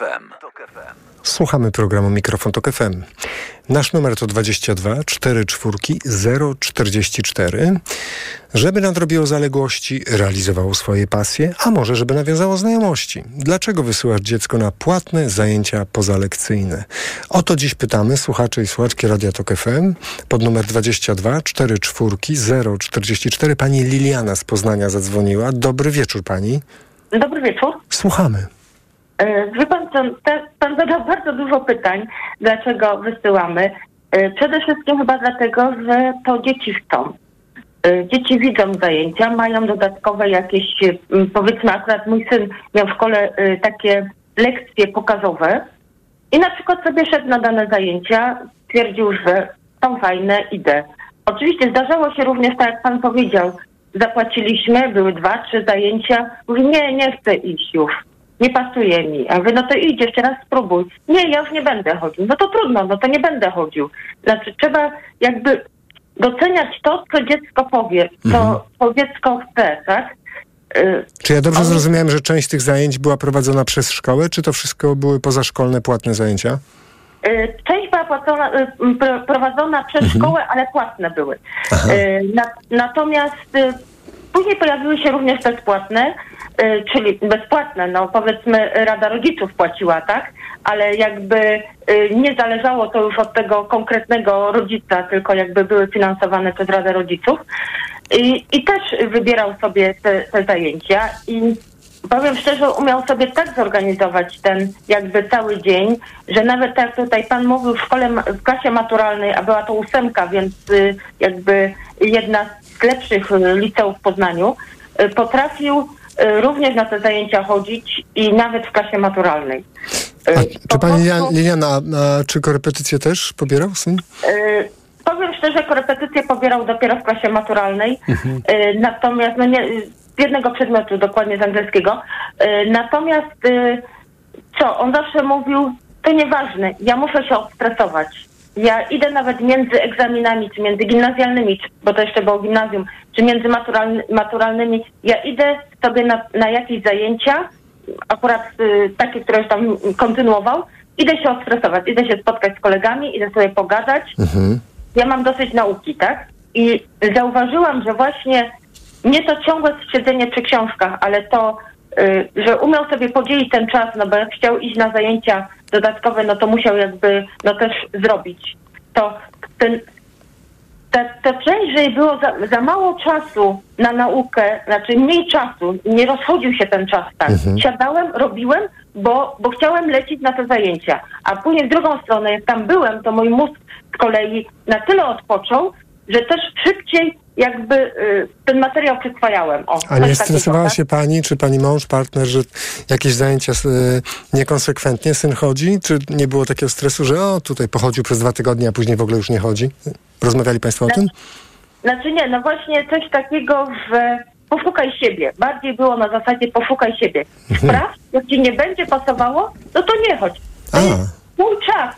Słuchamy programu Mikrofon Tok F M. Nasz numer to dwadzieścia dwa cztery cztery zero czterdzieści cztery. Żeby nadrobiło zaległości, realizowało swoje pasje, a może żeby nawiązało znajomości. Dlaczego wysyłasz dziecko na płatne zajęcia pozalekcyjne? O to dziś pytamy słuchaczy i słuchaczki Radia Tok F M pod numer dwadzieścia dwa cztery cztery zero czterdzieści cztery. Pani Liliana z Poznania zadzwoniła. Dobry wieczór pani. Dobry wieczór. Słuchamy. Wie pan co, pan zadał bardzo dużo pytań, dlaczego wysyłamy. Przede wszystkim chyba dlatego, że to dzieci chcą. Dzieci widzą zajęcia, mają dodatkowe jakieś, powiedzmy akurat mój syn miał w szkole takie lekcje pokazowe i na przykład sobie szedł na dane zajęcia, twierdził, że są fajne, idę. Oczywiście zdarzało się również, tak jak pan powiedział, zapłaciliśmy, były dwa, trzy zajęcia. Mówi, nie, nie chcę iść już. Nie pasuje mi. A mówię, no to idź, jeszcze raz spróbuj. Nie, ja już nie będę chodził. No to trudno, no to nie będę chodził. Znaczy trzeba jakby doceniać to, co dziecko powie, co, mhm. co dziecko chce, tak? Y- czy ja dobrze on... zrozumiałem, że część tych zajęć była prowadzona przez szkołę, czy to wszystko były pozaszkolne, płatne zajęcia? Y- część była płacona, y- pr- prowadzona przez mhm. szkołę, ale płatne były. Y- na- natomiast y- później pojawiły się również bezpłatne, y, czyli bezpłatne, no powiedzmy Rada Rodziców płaciła, tak? Ale jakby y, nie zależało to już od tego konkretnego rodzica, tylko jakby były finansowane przez Radę Rodziców. I, i też wybierał sobie te, te zajęcia i powiem szczerze, umiał sobie tak zorganizować ten jakby cały dzień, że nawet tak jak tutaj pan mówił, w szkole, w klasie maturalnej, a była to ósemka, więc y, jakby jedna z lepszych y, liceów w Poznaniu, y, potrafił y, również na te zajęcia chodzić i nawet w klasie maturalnej. Y, a, czy pani prostu, Liliana, a, a czy korepetycje też pobierał syn? Y, powiem szczerze, korepetycje pobierał dopiero w klasie maturalnej, mhm. y, natomiast no nie... z jednego przedmiotu, dokładnie z angielskiego. Yy, natomiast yy, co, on zawsze mówił, to nieważne, ja muszę się odstresować. Ja idę nawet między egzaminami, czy między gimnazjalnymi, czy, bo to jeszcze było gimnazjum, czy między maturalny, maturalnymi, ja idę sobie na, na jakieś zajęcia, akurat yy, takie, które już tam kontynuował, idę się odstresować, idę się spotkać z kolegami, idę sobie pogadać. Mhm. Ja mam dosyć nauki, tak? I zauważyłam, że właśnie nie to ciągłe siedzenie przy książkach, ale to, y, że umiał sobie podzielić ten czas, no bo jak chciał iść na zajęcia dodatkowe, no to musiał jakby no też zrobić. To ten, ta, ta część, że było za, za mało czasu na naukę, znaczy mniej czasu, nie rozchodził się ten czas tak. Mhm. Siadałem, robiłem, bo, bo chciałem lecieć na te zajęcia. A później z drugą stronę, jak tam byłem, to mój mózg z kolei na tyle odpoczął, że też szybciej jakby y, ten materiał przyswajałem. O, a nie stresowała się pani, czy pani mąż, partner, że jakieś zajęcia y, niekonsekwentnie syn chodzi? Czy nie było takiego stresu, że o, tutaj pochodził przez dwa tygodnie, a później w ogóle już nie chodzi? Rozmawiali państwo znaczy, o tym? Znaczy nie, no właśnie coś takiego, że poszukaj siebie. Bardziej było na zasadzie poszukaj siebie. Sprawdź, jak ci nie będzie pasowało, no to nie chodź. To a. jest twój czas.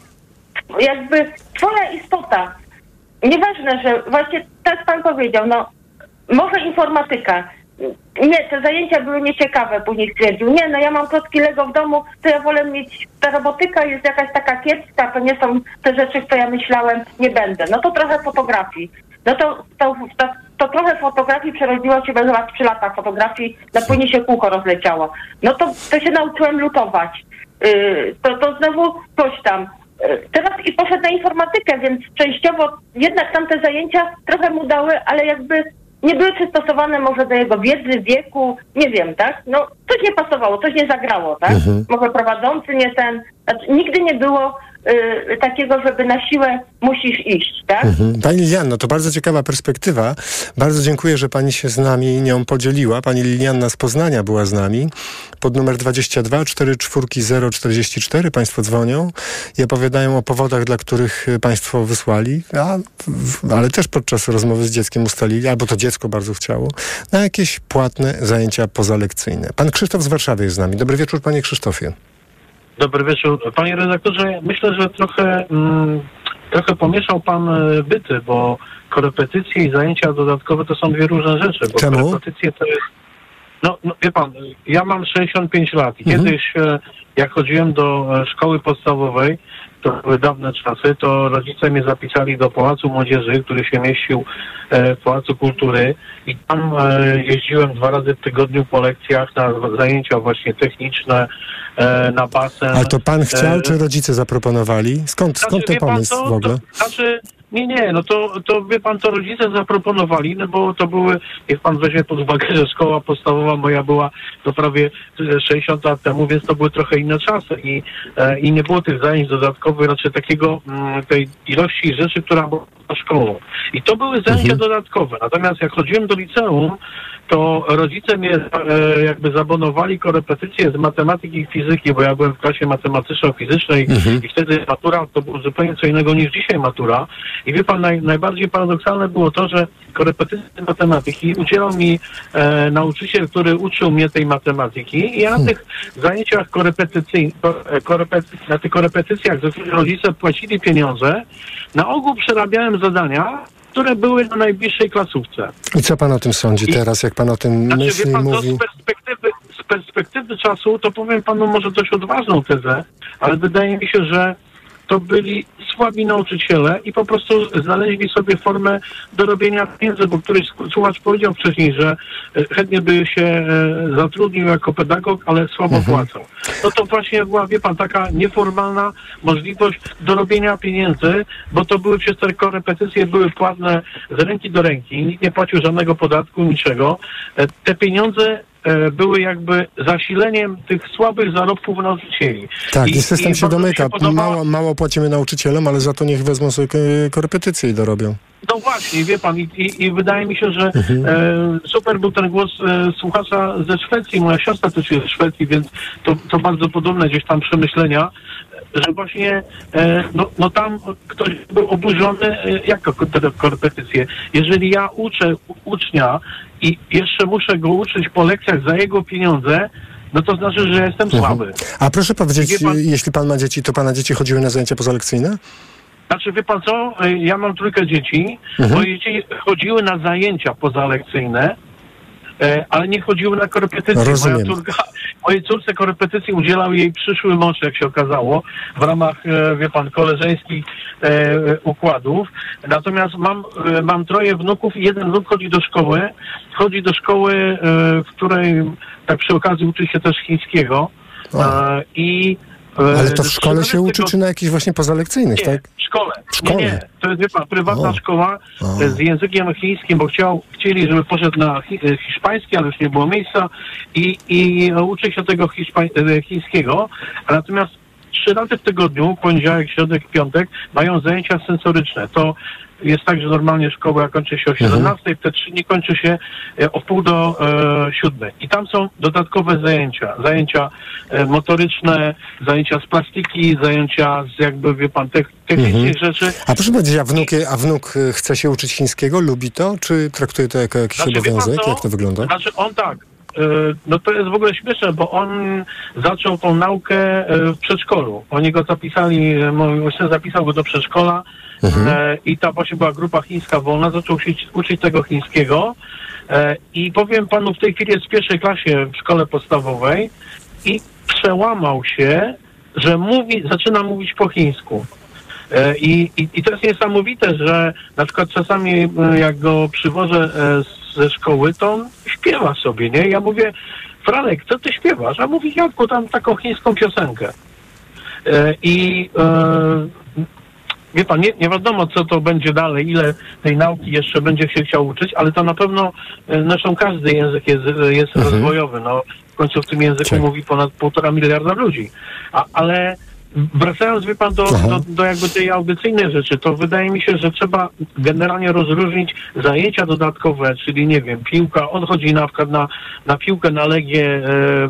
Jakby twoja istota. Nieważne, że właśnie tak pan powiedział, no może informatyka. Nie, te zajęcia były nieciekawe, później stwierdził. Nie, no ja mam klocki Lego w domu, to ja wolę mieć, ta robotyka jest jakaś taka kiepska, to nie są te rzeczy, w co ja myślałem, nie będę. No to trochę fotografii. No to, to, to, to trochę fotografii przerodziło się, bo chyba trzy lata fotografii, na płynie się kółko rozleciało. No to, to się nauczyłem lutować. Yy, to, to znowu coś tam. Teraz i poszedł na informatykę, więc częściowo jednak tamte zajęcia trochę mu dały, ale jakby nie były przystosowane może do jego wiedzy, wieku, nie wiem, tak? No coś nie pasowało, coś nie zagrało, tak? Mhm. Może prowadzący nie ten, znaczy, nigdy nie było y, takiego, żeby na siłę musisz iść, tak? Mhm. Pani Lilianno, to bardzo ciekawa perspektywa. Bardzo dziękuję, że pani się z nami nią podzieliła. Pani Lilianna z Poznania była z nami. Pod numer dwadzieścia dwa cztery cztery zero czterdzieści cztery państwo dzwonią i opowiadają o powodach, dla których państwo wysłali, a, w, ale też podczas rozmowy z dzieckiem ustalili, albo to dziecko bardzo chciało, na jakieś płatne zajęcia pozalekcyjne. Pan Krzysztof z Warszawy jest z nami. Dobry wieczór, panie Krzysztofie. Dobry wieczór. Panie redaktorze, myślę, że trochę, mm, trochę pomieszał pan byty, bo korepetycje i zajęcia dodatkowe to są dwie różne rzeczy. Bo czemu? Korepetycje to jest... No, no wie pan, ja mam sześćdziesiąt pięć lat i mhm. kiedyś jak chodziłem do szkoły podstawowej, to były dawne czasy, to rodzice mnie zapisali do Pałacu Młodzieży, który się mieścił w Pałacu Kultury i tam jeździłem dwa razy w tygodniu po lekcjach na zajęcia właśnie techniczne, na basen. Ale to pan chciał, czy rodzice zaproponowali? Skąd, znaczy, skąd ten pomysł pan, to, w ogóle? To, znaczy, nie, nie, no to, to wie pan, to rodzice zaproponowali, no bo to były, niech pan weźmie pod uwagę, że szkoła podstawowa moja była to prawie sześćdziesiąt lat temu, więc to były trochę inne czasy i, e, i nie było tych zajęć dodatkowych, raczej takiego, m, tej ilości rzeczy, która była poza szkołą. I to były zajęcia mhm. dodatkowe. Natomiast jak chodziłem do liceum, to rodzice mnie e, jakby zabonowali korepetycje z matematyki i fizyki, bo ja byłem w klasie matematyczno-fizycznej mhm. i wtedy matura to było zupełnie co innego niż dzisiaj matura. I wie pan, naj, najbardziej paradoksalne było to, że korepetycje matematyki udzielał mi e, nauczyciel, który uczył mnie tej matematyki i ja na tych zajęciach korepetycyjnych, korepety, na tych korepetycjach, za których rodzice płacili pieniądze, na ogół przerabiałem zadania, które były na najbliższej klasówce. I co pan o tym sądzi I, teraz, jak pan o tym znaczy, myśli, wie pan, mówi? Z perspektywy, z perspektywy czasu, to powiem panu może dość odważną tezę, ale wydaje mi się, że to byli słabi nauczyciele i po prostu znaleźli sobie formę do robienia pieniędzy, bo któryś słuchacz powiedział wcześniej, że chętnie by się zatrudnił jako pedagog, ale słabo mhm. płacał. No to właśnie była, wie pan, taka nieformalna możliwość do robienia pieniędzy, bo to były przez te korepetycje, były płatne z ręki do ręki, nikt nie płacił żadnego podatku, niczego. Te pieniądze były jakby zasileniem tych słabych zarobków nauczycieli. Tak, i, i system i się domyka. Się podoba... mało, mało płacimy nauczycielom, ale za to niech wezmą sobie korepetycje i dorobią. No właśnie, wie pan, i, i, i wydaje mi się, że mhm. e, super był ten głos e, słuchacza ze Szwecji. Moja siostra też jest z Szwecji, więc to, to bardzo podobne gdzieś tam przemyślenia, że właśnie e, no, no tam ktoś był oburzony e, jako te korepetycje. Jeżeli ja uczę ucznia i jeszcze muszę go uczyć po lekcjach za jego pieniądze, no to znaczy, że jestem słaby. Mhm. A proszę powiedzieć, pan, jeśli pan ma dzieci, to pana dzieci chodziły na zajęcia pozalekcyjne? Znaczy, wie pan co, ja mam trójkę dzieci, mhm. moje dzieci chodziły na zajęcia pozalekcyjne, e, ale nie chodziły na korepetycje. Moja córka, mojej córce korepetycji udzielał jej przyszły mąż, jak się okazało, w ramach, e, wie pan, koleżeńskich e, układów. Natomiast mam, e, mam troje wnuków i jeden wnuk chodzi do szkoły. Chodzi do szkoły, e, w której tak przy okazji uczy się też chińskiego. E, I Ale to w szkole się uczy, tego... czy na jakichś właśnie pozalekcyjnych, nie, tak? w szkole. W szkole. Nie, nie. To jest, wie pan, prywatna o. szkoła o. z językiem chińskim, bo chciał, chcieli, żeby poszedł na hi, hiszpański, ale już nie było miejsca i, i uczy się tego hiszpań, chińskiego. A natomiast trzy razy w tygodniu, poniedziałek, środek, piątek, mają zajęcia sensoryczne. To jest tak, że normalnie szkoła kończy się o siedemnastej, te trzy dni kończy się o pół do e, siódmej. I tam są dodatkowe zajęcia. Zajęcia e, motoryczne, zajęcia z plastiki, zajęcia z jakby, wie pan, tych technicznych mhm. rzeczy. A proszę powiedzieć, a wnuk, a wnuk chce się uczyć chińskiego? Lubi to? Czy traktuje to jako jakiś znaczy, obowiązek? Jak to wygląda? Znaczy on tak. No to jest w ogóle śmieszne, bo on zaczął tą naukę w przedszkolu. Oni go zapisali, mój ojciec zapisał go do przedszkola mhm. e, i ta właśnie była grupa chińska wolna, zaczął się uczyć tego chińskiego e, i powiem panu, w tej chwili jest w pierwszej klasie w szkole podstawowej i przełamał się, że mówi, zaczyna mówić po chińsku. E, i, i, I to jest niesamowite, że na przykład czasami jak go przywożę e, ze szkoły, to on śpiewa sobie, nie? Ja mówię, Franek, co ty śpiewasz? A mówi, Janku, tam taką chińską piosenkę. E, I e, wie pan, nie, nie wiadomo, co to będzie dalej, ile tej nauki jeszcze będzie się chciał uczyć, ale to na pewno, e, zresztą każdy język jest, jest mhm. rozwojowy. No, w końcu w tym języku Cie. mówi ponad półtora miliarda ludzi. A, ale wracając, wie pan, do, do, do jakby tej audycyjnej rzeczy, to wydaje mi się, że trzeba generalnie rozróżnić zajęcia dodatkowe, czyli nie wiem, piłka, on chodzi na przykład na, na piłkę, na Legię e,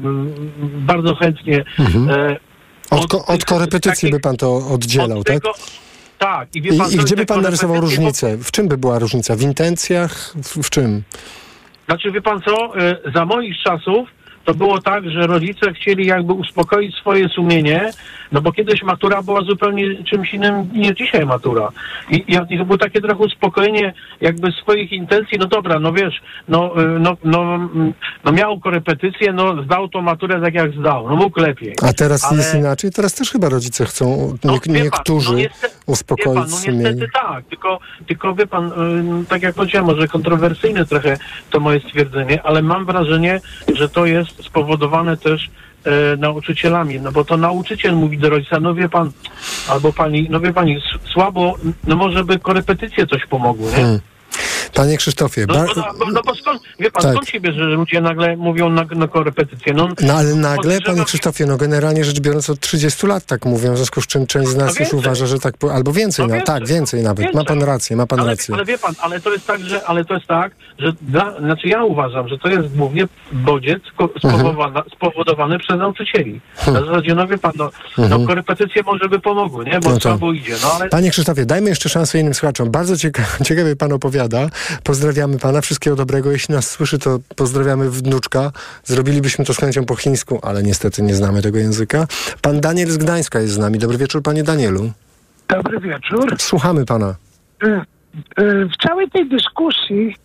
bardzo chętnie. Mhm. E, od, od, ko- od korepetycji by pan to oddzielał, od tego, tak? Tak. I, wie pan, I, i gdzie by pan narysował różnicę? W czym by była różnica? W intencjach? W, w czym? Znaczy, wie pan co, e, za moich czasów to było tak, że rodzice chcieli jakby uspokoić swoje sumienie, no bo kiedyś matura była zupełnie czymś innym niż dzisiaj matura. I, i to było takie trochę uspokojenie jakby swoich intencji, no dobra, no wiesz, no, no, no, no miał korepetycję, no zdał tą maturę tak jak zdał, no mógł lepiej. A teraz ale... jest inaczej? Teraz też chyba rodzice chcą, nie, no, niektórzy pan, no niestety, uspokoić pan, no sumienie. niestety tak, tylko, tylko wie pan, yy, tak jak powiedziałem, może kontrowersyjne trochę to moje stwierdzenie, ale mam wrażenie, że to jest spowodowane też e, nauczycielami, no bo to nauczyciel mówi do rodzica, no wie pan, albo pani, no wie pani, słabo, no może by korepetycje coś pomogły, nie? Hmm. Panie Krzysztofie... No, bar... no, no, no bo skąd, wie pan, tak. skąd się bierze, że ludzie nagle mówią na, na korepetycję? No, no ale nagle, podejrzewam... panie Krzysztofie, no generalnie rzecz biorąc od trzydziestu lat tak mówią, w związku z czym część z nas już uważa, że tak... Po... Albo więcej, no, no tak, więcej nawet. Więcej. Ma pan rację, ma pan ale, rację. Ale wie pan, ale to jest tak, że, ale to jest tak, że dla, znaczy ja uważam, że to jest głównie bodziec spowodowany, mhm. spowodowany przez nauczycieli. Hmm. Na zasadzie, no wie pan, no, mhm. no korepetycje może by pomogły, nie? Bo no to... słabo idzie, no ale... Panie Krzysztofie, dajmy jeszcze szansę innym słuchaczom. Bardzo cieka- ciekawie pan opowiada. Pozdrawiamy pana. Wszystkiego dobrego. Jeśli nas słyszy, to pozdrawiamy wnuczka. Zrobilibyśmy to z chęcią po chińsku, ale niestety nie znamy tego języka. Pan Daniel z Gdańska jest z nami. Dobry wieczór, panie Danielu. Dobry wieczór. Słuchamy pana. W całej tej dyskusji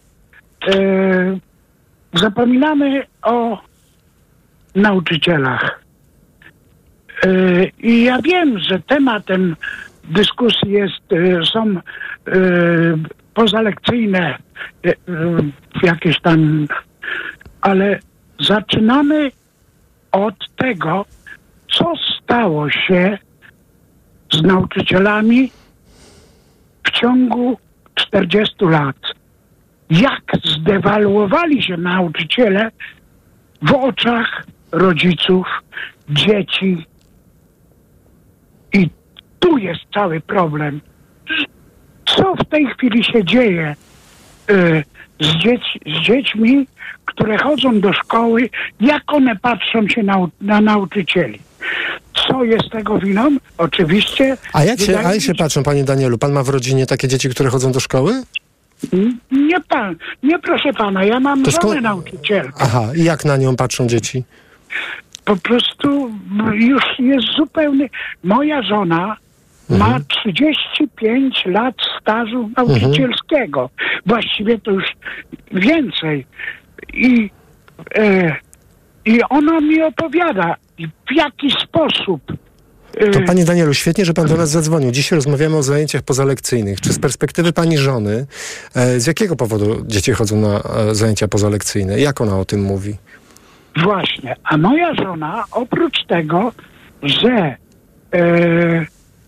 zapominamy o nauczycielach. I ja wiem, że tematem dyskusji jest, są pozalekcyjne jakieś tam, ale zaczynamy od tego, co stało się z nauczycielami w ciągu czterdziestu lat. Jak zdewaluowali się nauczyciele w oczach rodziców, dzieci. I tu jest cały problem. Co w tej chwili się dzieje y, z, dzieci, z dziećmi, które chodzą do szkoły, jak one patrzą się na, na nauczycieli? Co jest tego winą? Oczywiście... A jak się, a jak się patrzą, panie Danielu? Pan ma w rodzinie takie dzieci, które chodzą do szkoły? Nie pan, nie proszę pana, ja mam to żonę sko- nauczycielkę. Aha, i jak na nią patrzą dzieci? Po prostu już jest zupełnie... Moja żona mhm. ma trzydzieści pięć lat stażu nauczycielskiego. Mhm. Właściwie to już więcej. I, e, i ona mi opowiada, w jaki sposób... E, to panie Danielu, świetnie, że pan do nas zadzwonił. Dzisiaj rozmawiamy o zajęciach pozalekcyjnych. Czy z perspektywy pani żony, e, z jakiego powodu dzieci chodzą na e, zajęcia pozalekcyjne? Jak ona o tym mówi? Właśnie, a moja żona oprócz tego, że, e, e,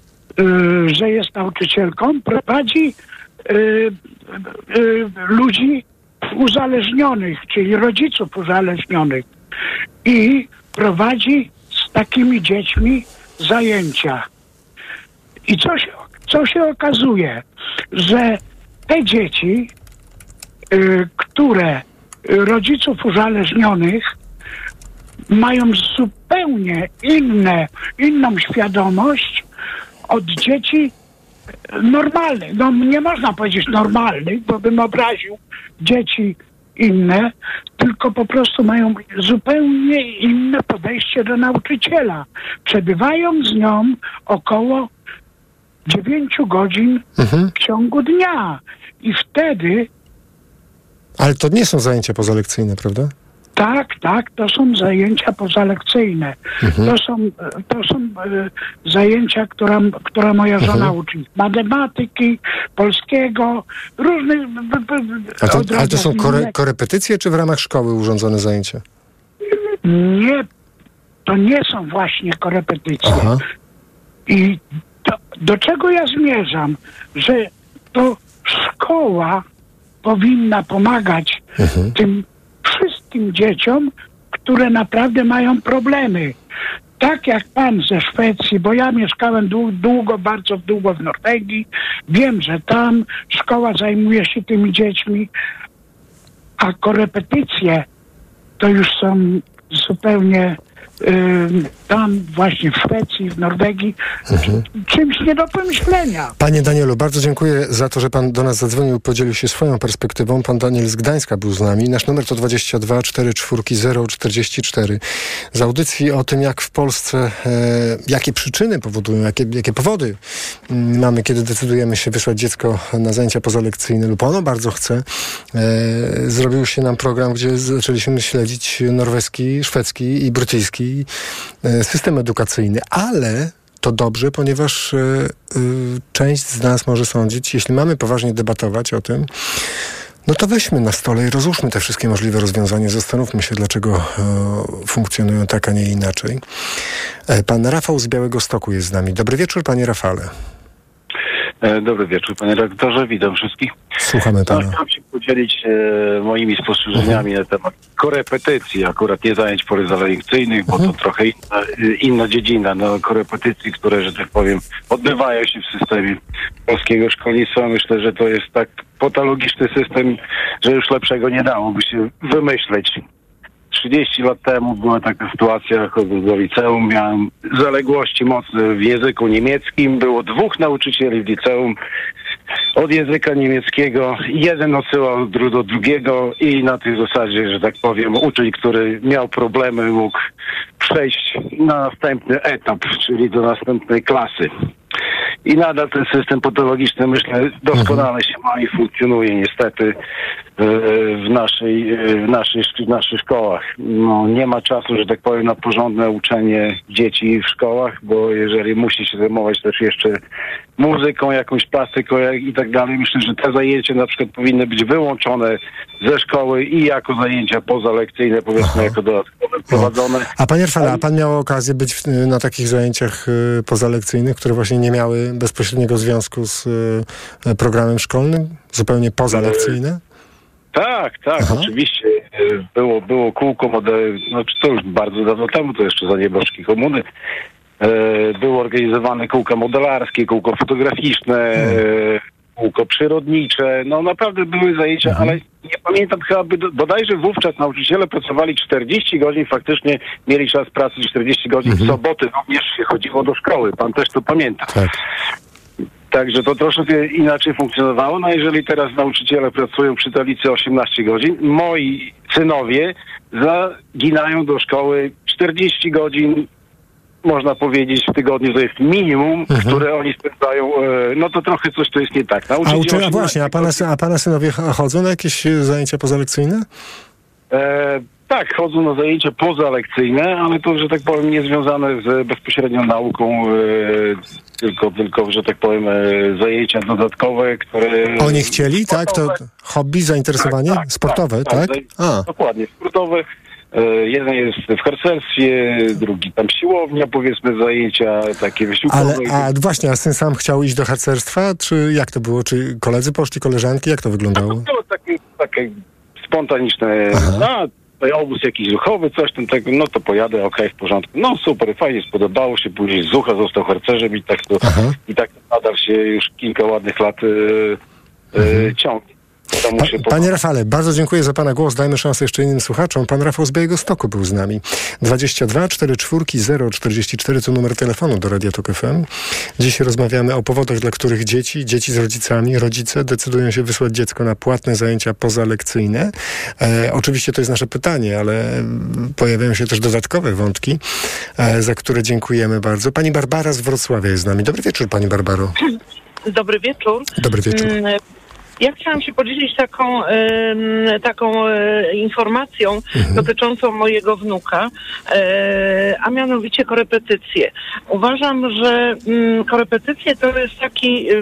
że jest nauczycielką, prowadzi e, e, ludzi uzależnionych, czyli rodziców uzależnionych i prowadzi z takimi dziećmi zajęcia. I co się, co się okazuje, że te dzieci, e, które rodziców uzależnionych mają zupełnie inne, inną świadomość od dzieci normalnych. No nie można powiedzieć normalnych, bo bym obraził dzieci inne, tylko po prostu mają zupełnie inne podejście do nauczyciela. Przebywają z nią około dziewięciu godzin mhm. w ciągu dnia. I wtedy... Ale to nie są zajęcia pozalekcyjne, prawda? Tak, tak, to są zajęcia pozalekcyjne. Mhm. To są, to są e, zajęcia, która, która moja żona mhm. uczy. Matematyki, polskiego, różnych... B, b, A to, ale to są kore, korepetycje, czy w ramach szkoły urządzone zajęcia? Nie, to nie są właśnie korepetycje. Aha. I to, do czego ja zmierzam? Że to szkoła powinna pomagać mhm. tym wszystkim dzieciom, które naprawdę mają problemy. Tak jak pan ze Szwecji, bo ja mieszkałem długo, długo, bardzo długo w Norwegii. Wiem, że tam szkoła zajmuje się tymi dziećmi, a korepetycje to już są zupełnie tam właśnie w Szwecji, w Norwegii, mhm. czymś nie do pomyślenia. Panie Danielu, bardzo dziękuję za to, że pan do nas zadzwonił i podzielił się swoją perspektywą. Pan Daniel z Gdańska był z nami. Nasz numer to dwadzieścia dwa cztery cztery zero czterdzieści cztery. Z audycji o tym, jak w Polsce, e, jakie przyczyny powodują, jakie, jakie powody m, mamy, kiedy decydujemy się wysłać dziecko na zajęcia pozalekcyjne lub ono bardzo chce. E, zrobił się nam program, gdzie zaczęliśmy śledzić norweski, szwedzki i brytyjski system edukacyjny, ale to dobrze, ponieważ y, y, część z nas może sądzić, jeśli mamy poważnie debatować o tym, no to weźmy na stole i rozłóżmy te wszystkie możliwe rozwiązania, zastanówmy się, dlaczego y, funkcjonują tak, a nie inaczej. E, pan Rafał z Białegostoku jest z nami. Dobry wieczór, panie Rafale. Dobry wieczór, panie redaktorze, witam wszystkich. Słuchamy pana. Chciałem się podzielić e, moimi spostrzeżeniami na temat korepetycji, akurat nie zajęć porozalekcyjnych, bo to trochę inna, inna dziedzina, no korepetycji, które, że tak powiem, odbywają się w systemie polskiego szkolnictwa. Myślę, że to jest tak patologiczny system, że już lepszego nie dałoby się wymyśleć. trzydzieści lat temu była taka sytuacja, chodząc do liceum, miałem zaległości mocne w języku niemieckim. Było dwóch nauczycieli w liceum od języka niemieckiego. Jeden odsyłał do drugiego i na tej zasadzie, że tak powiem, uczeń, który miał problemy, mógł przejść na następny etap, czyli do następnej klasy. I nadal ten system patologiczny, myślę, doskonale się ma i funkcjonuje niestety w naszej, w naszej, w naszych szkołach. No, nie ma czasu, że tak powiem, na porządne uczenie dzieci w szkołach, bo jeżeli musi się zajmować też jeszcze muzyką, jakąś plastyką i tak dalej, myślę, że te zajęcia na przykład powinny być wyłączone ze szkoły i jako zajęcia pozalekcyjne, powiedzmy, Aha. jako dodatkowe prowadzone. A panie Rafale, a pan miał okazję być w, na takich zajęciach y, pozalekcyjnych, które właśnie nie miały bezpośredniego związku z y, programem szkolnym? Zupełnie pozalekcyjne? Tak, tak, Aha. oczywiście. Było, było kółko model, znaczy to już bardzo dawno temu, to jeszcze za nieboszki komuny. Było organizowane kółka modelarskie, kółko fotograficzne, hmm. kółko przyrodnicze. No naprawdę były zajęcia, hmm. ale nie pamiętam chyba, by, bodajże wówczas nauczyciele pracowali czterdzieści godzin, faktycznie mieli czas pracy czterdzieści godzin, hmm. w soboty również się chodziło do szkoły. Pan też to pamięta. Tak. Także to troszkę inaczej funkcjonowało. No jeżeli teraz nauczyciele pracują przy tablicy osiemnaście godzin, moi synowie zaginają do szkoły czterdzieści godzin, można powiedzieć, w tygodniu. To jest minimum, mhm. które oni spędzają. No to trochę coś tu jest nie tak. A, uczy, a właśnie, a pana, a pana synowie chodzą na jakieś zajęcia pozalekcyjne? E, tak, chodzą na zajęcia pozalekcyjne, ale to, że tak powiem, nie związane z bezpośrednią nauką, e, tylko, tylko, że tak powiem, e, zajęcia dodatkowe, które... Oni chcieli, sportowe. Tak? To hobby, zainteresowanie? Tak, tak, sportowe, tak? tak? tak a. Dokładnie, sportowe. E, jeden jest w harcerstwie, drugi tam siłownia, powiedzmy, zajęcia takie wysiłkowe. Ale, a właśnie, a syn sam chciał iść do harcerstwa, czy jak to było? Czy koledzy poszli, koleżanki? Jak to wyglądało? To było takie, takie spontaniczne, no, obóz jakiś ruchowy, coś tam tego, no to pojadę, okej, okay, w porządku. No super, fajnie, spodobało się, później z Zucha został harcerzem i tak to, i tak nadal się już kilka ładnych lat yy, yy, ciągnie. Pa, panie Rafale, bardzo dziękuję za pana głos. Dajmy szansę jeszcze innym słuchaczom. Pan Rafał z Białegostoku był z nami. dwadzieścia dwa cztery cztery zero czterdzieści cztery to numer telefonu do Radia Tok F M. Dziś rozmawiamy o powodach, dla których dzieci, dzieci z rodzicami, rodzice decydują się wysłać dziecko na płatne zajęcia pozalekcyjne. E, oczywiście to jest nasze pytanie, ale pojawiają się też dodatkowe wątki, e, za które dziękujemy bardzo. Pani Barbara z Wrocławia jest z nami. Dobry wieczór, pani Barbaro. Dobry wieczór. Dobry wieczór. Ja chciałam się podzielić taką, y, taką y, informacją mhm. dotyczącą mojego wnuka, y, a mianowicie korepetycje. Uważam, że y, korepetycje to jest taki, y,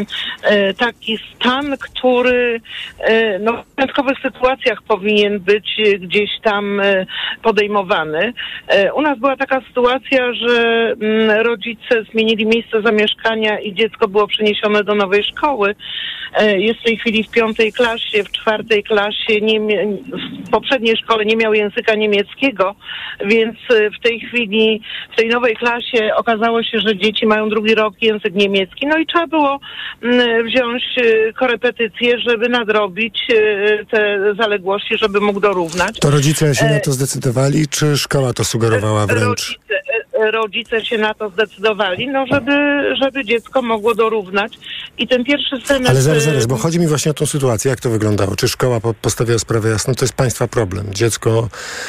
y, taki stan, który y, no, w wyjątkowych sytuacjach powinien być gdzieś tam y, podejmowany. Y, u nas była taka sytuacja, że y, rodzice zmienili miejsce zamieszkania i dziecko było przeniesione do nowej szkoły. Y, jest w tej chwili w piątej klasie, w czwartej klasie, nie, w poprzedniej szkole nie miał języka niemieckiego, więc w tej chwili, w tej nowej klasie okazało się, że dzieci mają drugi rok język niemiecki, no i trzeba było m, wziąć korepetycje, żeby nadrobić te zaległości, żeby mógł dorównać. To rodzice się na to zdecydowali, czy szkoła to sugerowała wręcz? Rodzice, rodzice się na to zdecydowali, no żeby, żeby dziecko mogło dorównać. I ten pierwszy semestr... Ale zaraz, zaraz, bo chodzi mi właśnie o tą sytuację. Jak to wyglądało? Czy szkoła postawiła sprawę jasno? To jest państwa problem. Dziecko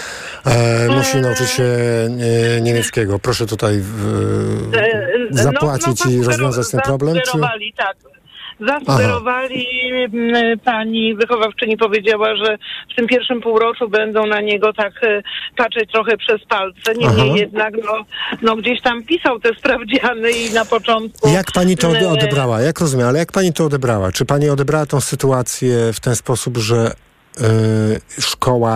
e, musi nauczyć się e, niemieckiego. Proszę tutaj w, zapłacić no, no, i rozwiązać ten problem? Czy... tak. Zasugerowali, Aha. pani wychowawczyni powiedziała, że w tym pierwszym półroczu będą na niego tak patrzeć trochę przez palce. Niemniej Aha. jednak no, no gdzieś tam pisał te sprawdziany i na początku... Jak pani to odebrała? Jak rozumiem, ale jak pani to odebrała? Czy pani odebrała tą sytuację w ten sposób, że yy, szkoła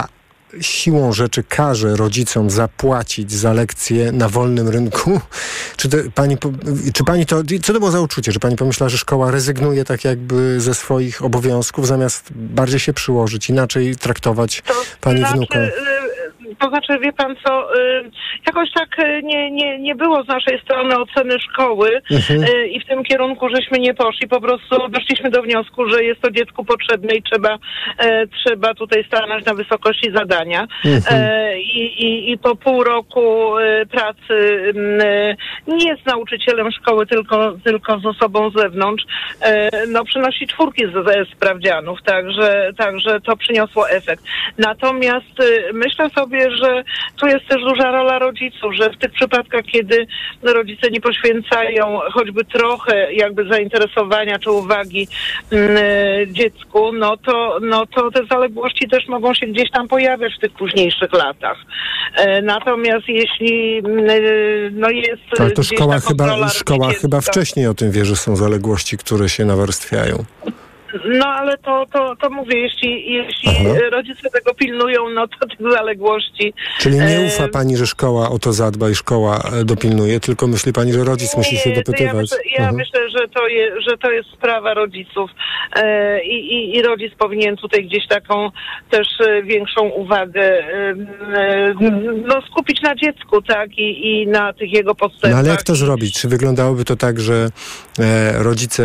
siłą rzeczy każe rodzicom zapłacić za lekcje na wolnym rynku? Czy, to, pani, czy pani to, co to było za uczucie, że pani pomyślała, że szkoła rezygnuje tak jakby ze swoich obowiązków, zamiast bardziej się przyłożyć, inaczej traktować to pani znaczy, wnuka? To znaczy, wie pan co, jakoś tak nie, nie, nie było z naszej strony oceny szkoły mhm. i w tym kierunku żeśmy nie poszli. Po prostu doszliśmy do wniosku, że jest to dziecku potrzebne i trzeba, trzeba tutaj stanąć na wysokości zadania. Mhm. I, i, I po pół roku pracy nie z nauczycielem szkoły, tylko, tylko z osobą z zewnątrz, no przynosi czwórki ze sprawdzianów, także, także to przyniosło efekt. Natomiast myślę sobie, że tu jest też duża rola rodziców, że w tych przypadkach, kiedy rodzice nie poświęcają choćby trochę jakby zainteresowania czy uwagi y, dziecku, no to, no to te zaległości też mogą się gdzieś tam pojawiać w tych późniejszych latach. E, natomiast jeśli y, no jest... Ale to szkoła, chyba, szkoła chyba wcześniej o tym wie, że są zaległości, które się nawarstwiają. No ale to, to, to mówię, jeśli, jeśli rodzice tego pilnują, no to tych zaległości... Czyli nie ufa pani, że szkoła o to zadba i szkoła dopilnuje, tylko myśli pani, że rodzic nie, musi się dopytywać? Ja, myślę, ja mhm. myślę, że to, je, że to jest sprawa rodziców e, i, i rodzic powinien tutaj gdzieś taką też większą uwagę e, no, skupić na dziecku, tak, i, i na tych jego podstępach. No ale jak to zrobić? Czy wyglądałoby to tak, że e, rodzice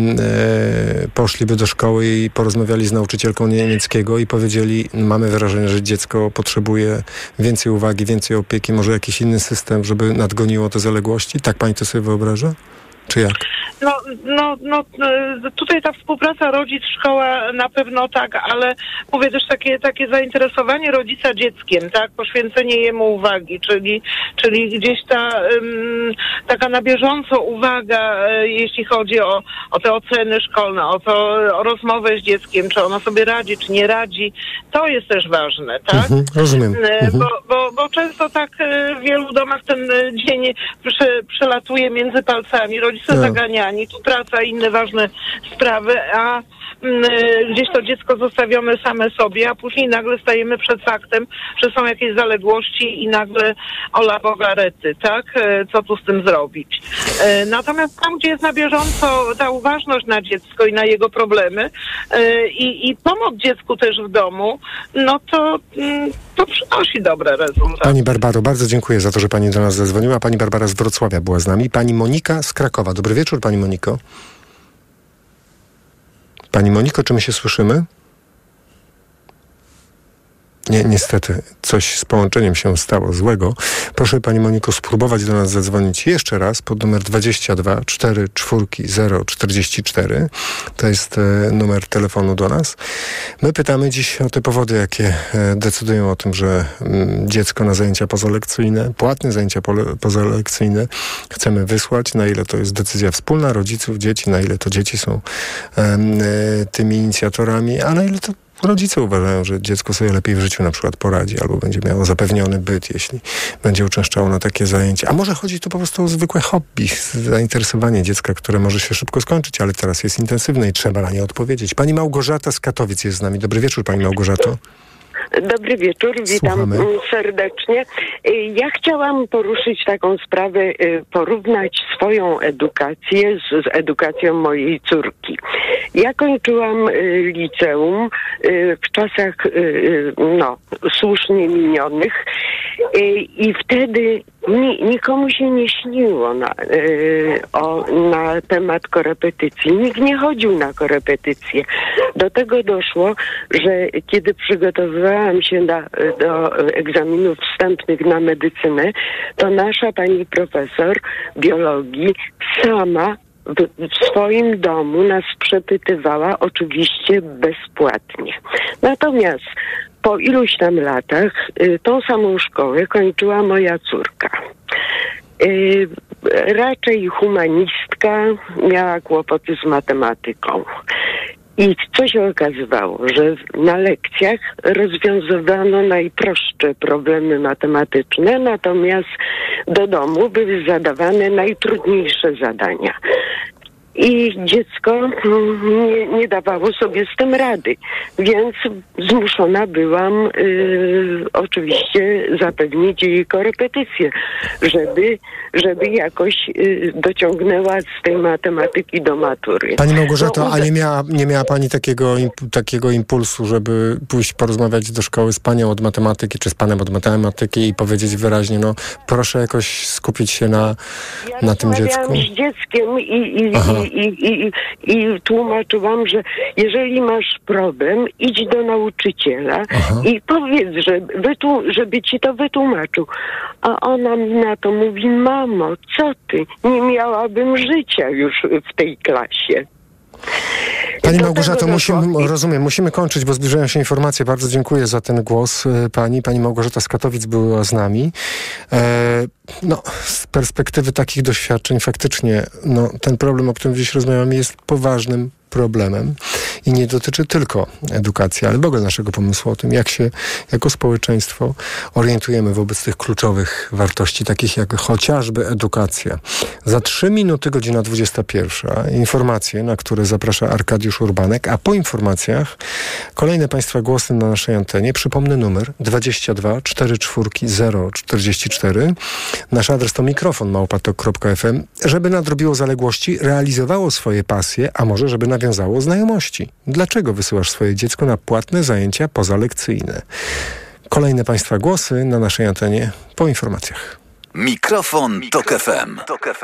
e, poszliby do szkoły i porozmawiali z nauczycielką niemieckiego i powiedzieli, mamy wrażenie, że dziecko potrzebuje więcej uwagi, więcej opieki, może jakiś inny system, żeby nadgoniło te zaległości? Tak pani to sobie wyobraża? Czy jak? No, no, no tutaj ta współpraca rodzic-szkoła na pewno tak, ale mówię też takie, takie zainteresowanie rodzica dzieckiem, tak, poświęcenie jemu uwagi, czyli, czyli gdzieś ta um, taka na bieżąco uwaga, jeśli chodzi o, o te oceny szkolne, o to, o rozmowę z dzieckiem, czy ona sobie radzi, czy nie radzi, to jest też ważne, tak? Mhm, rozumiem. Mhm. Bo, bo, bo często tak w wielu domach ten dzień prze, przelatuje między palcami, rodzice no. zaganiani, tu praca i inne ważne sprawy, a mm, gdzieś to dziecko zostawione same sobie, a później nagle stajemy przed faktem, że są jakieś zaległości i nagle ola Boga rety, tak? Co tu z tym zrobić? E, natomiast tam, gdzie jest na bieżąco ta uważność na dziecko i na jego problemy e, i, i pomoc dziecku też w domu, no to, mm, to przynosi dobre rezultaty. Pani Barbaro, bardzo dziękuję za to, że pani do nas zadzwoniła. Pani Barbara z Wrocławia była z nami. Pani Monika z Krakowa. Dobry wieczór, pani Moniko. Pani Moniko, czy my się słyszymy? Nie, niestety coś z połączeniem się stało złego. Proszę pani Moniko spróbować do nas zadzwonić jeszcze raz pod numer dwadzieścia dwa cztery cztery zero czterdzieści cztery. To jest e, numer telefonu do nas. My pytamy dziś o te powody, jakie e, decydują o tym, że m, dziecko na zajęcia pozalekcyjne, płatne zajęcia pole, pozalekcyjne chcemy wysłać, na ile to jest decyzja wspólna rodziców, dzieci, na ile to dzieci są e, e, tymi inicjatorami, a na ile to rodzice uważają, że dziecko sobie lepiej w życiu na przykład poradzi albo będzie miało zapewniony byt, jeśli będzie uczęszczało na takie zajęcia. A może chodzi tu po prostu o zwykłe hobby, zainteresowanie dziecka, które może się szybko skończyć, ale teraz jest intensywne i trzeba na nie odpowiedzieć. Pani Małgorzata z Katowic jest z nami. Dobry wieczór, pani Małgorzato. Dobry wieczór, witam Słuchamy. serdecznie. Ja chciałam poruszyć taką sprawę, porównać swoją edukację z, z edukacją mojej córki. Ja kończyłam liceum w czasach no, słusznie minionych i wtedy ni, nikomu się nie śniło na, o, na temat korepetycji. Nikt nie chodził na korepetycje. Do tego doszło, że kiedy przygotowywałam się na, do egzaminów wstępnych na medycynę, to nasza pani profesor biologii sama w, w swoim domu nas przepytywała, oczywiście bezpłatnie. Natomiast po iluś tam latach y, tą samą szkołę kończyła moja córka. Y, raczej humanistka, miała kłopoty z matematyką. I co się okazywało, że na lekcjach rozwiązywano najprostsze problemy matematyczne, natomiast do domu były zadawane najtrudniejsze zadania. i dziecko nie, nie dawało sobie z tym rady, więc zmuszona byłam y, oczywiście zapewnić jej korepetycję, żeby, żeby jakoś y, dociągnęła z tej matematyki do matury. Pani Małgorzato, No, a nie miała, nie miała Pani takiego, imp- takiego impulsu, żeby pójść porozmawiać do szkoły z Panią od matematyki, czy z Panem od matematyki i powiedzieć wyraźnie, no proszę jakoś skupić się na, ja na tym dziecku? z dzieckiem i, i, i, i, i, i tłumaczyłam, że jeżeli masz problem, idź do nauczyciela Aha. i powiedz, że wytłu- żeby ci to wytłumaczył. A ona mi na to mówi, mamo, co ty? Nie miałabym życia już w tej klasie. Pani Małgorzato, musimy, rozumiem, musimy kończyć, bo zbliżają się informacje. Bardzo dziękuję za ten głos pani. Pani Małgorzata z Katowic była z nami. E, no, z perspektywy takich doświadczeń faktycznie no, ten problem, o którym dziś rozmawiamy, jest poważnym problemem i nie dotyczy tylko edukacji, ale w ogóle naszego pomysłu o tym, jak się jako społeczeństwo orientujemy wobec tych kluczowych wartości, takich jak chociażby edukacja. Za trzy minuty, godzina dwudziesta pierwsza. Informacje, na które zaprasza Arkadiusz Urbanek, a po informacjach kolejne Państwa głosy na naszej antenie. Przypomnę numer dwadzieścia dwa czterdzieści cztery zero czterdzieści cztery. Nasz adres to mikrofon małpa tok kropka f m, żeby nadrobiło zaległości, realizowało swoje pasje, a może żeby nawiązało znajomości. Dlaczego wysyłasz swoje dziecko na płatne zajęcia pozalekcyjne? Kolejne Państwa głosy na naszej antenie po informacjach. Mikrofon Tok F M.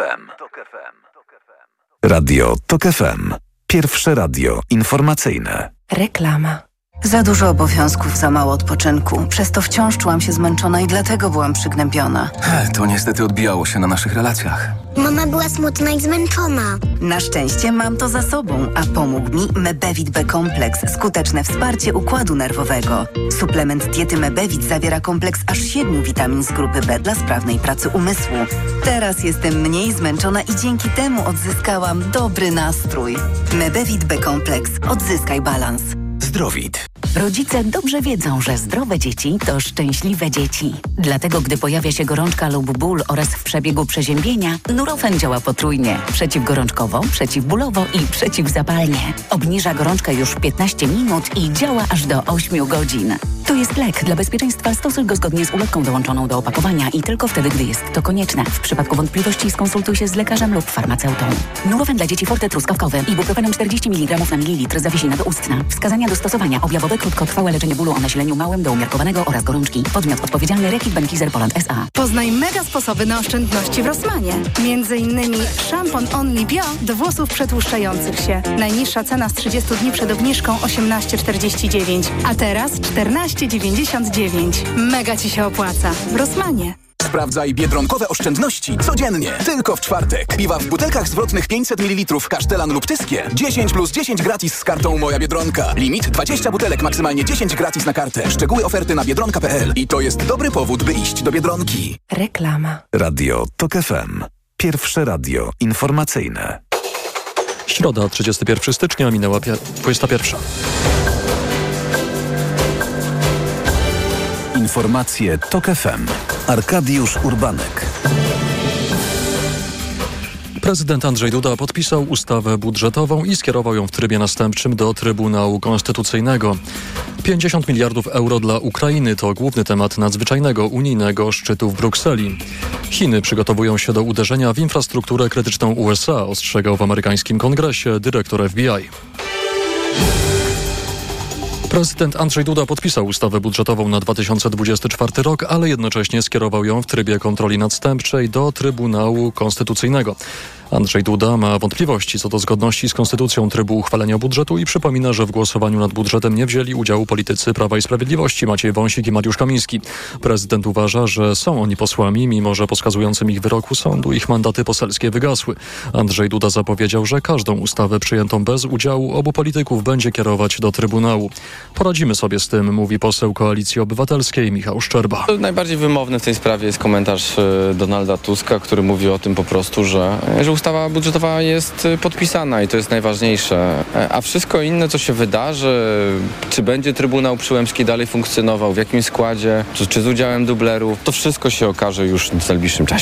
Radio Tok F M. Pierwsze radio informacyjne. Reklama. Za dużo obowiązków, za mało odpoczynku. Przez to wciąż czułam się zmęczona i dlatego byłam przygnębiona. To niestety odbijało się na naszych relacjach. Mama była smutna i zmęczona. Na szczęście mam to za sobą, a pomógł mi Mebevit B-kompleks. Skuteczne wsparcie układu nerwowego. Suplement diety Mebevit zawiera kompleks aż siedmiu witamin z grupy B dla sprawnej pracy umysłu. Teraz jestem mniej zmęczona i dzięki temu odzyskałam dobry nastrój. Mebevit B-kompleks. Odzyskaj balans. Zdrowit. Rodzice dobrze wiedzą, że zdrowe dzieci to szczęśliwe dzieci. Dlatego, gdy pojawia się gorączka lub ból oraz w przebiegu przeziębienia, Nurofen działa potrójnie. Przeciwgorączkowo, przeciwbólowo i przeciwzapalnie. Obniża gorączkę już w piętnaście minut i działa aż do ośmiu godzin. To jest lek. Dla bezpieczeństwa stosuj go zgodnie z ulotką dołączoną do opakowania i tylko wtedy, gdy jest to konieczne. W przypadku wątpliwości skonsultuj się z lekarzem lub farmaceutą. Nurofen dla dzieci Forte truskawkowy. Ibuprofenem czterdzieści miligramów na mililitr. Zawiesina doustna. Wskazania do stosowania: objawowe, krótkotrwałe leczenie bólu o nasileniu małym do umiarkowanego oraz gorączki. Podmiot odpowiedzialny Reckitt Benckiser Poland S A. Poznaj mega sposoby na oszczędności w Rossmanie. Między innymi szampon Only Bio do włosów przetłuszczających się. Najniższa cena z trzydziestu dni przed obniżką osiemnaście czterdzieści dziewięć, a teraz czternaście dziewięćdziesiąt dziewięć. Mega Ci się opłaca. W Rossmanie. Sprawdzaj biedronkowe oszczędności codziennie. Tylko w czwartek. Piwa w butelkach zwrotnych pięćset mililitrów Kasztelan lub Tyskie. dziesięć plus dziesięć gratis z kartą Moja Biedronka. Limit dwadzieścia butelek, maksymalnie dziesięć gratis na kartę. Szczegóły oferty na biedronka kropka p l. I to jest dobry powód, by iść do Biedronki. Reklama. Radio Tok F M. Pierwsze radio informacyjne. Środa, trzydziestego pierwszego stycznia, minęła dwudziesta pierwsza. Informacje Tok F M. Arkadiusz Urbanek. Prezydent Andrzej Duda podpisał ustawę budżetową i skierował ją w trybie następczym do Trybunału Konstytucyjnego. pięćdziesiąt miliardów euro dla Ukrainy to główny temat nadzwyczajnego unijnego szczytu w Brukseli. Chiny przygotowują się do uderzenia w infrastrukturę krytyczną U S A, ostrzegał w amerykańskim kongresie dyrektor F B I. Prezydent Andrzej Duda podpisał ustawę budżetową na dwa tysiące dwudziesty czwarty rok, ale jednocześnie skierował ją w trybie kontroli następczej do Trybunału Konstytucyjnego. Andrzej Duda ma wątpliwości co do zgodności z konstytucją trybu uchwalenia budżetu i przypomina, że w głosowaniu nad budżetem nie wzięli udziału politycy Prawa i Sprawiedliwości Maciej Wąsik i Mariusz Kamiński. Prezydent uważa, że są oni posłami, mimo że po skazującym ich wyroku sądu ich mandaty poselskie wygasły. Andrzej Duda zapowiedział, że każdą ustawę przyjętą bez udziału obu polityków będzie kierować do Trybunału. Poradzimy sobie z tym, mówi poseł Koalicji Obywatelskiej Michał Szczerba. Najbardziej wymowny w tej sprawie jest komentarz Donalda Tuska, który mówi o tym po prostu, że, że ustawa budżetowa jest podpisana i to jest najważniejsze. A wszystko inne, co się wydarzy, czy będzie Trybunał Przyłębski dalej funkcjonował, w jakim składzie, czy, czy z udziałem dublerów, to wszystko się okaże już w najbliższym czasie.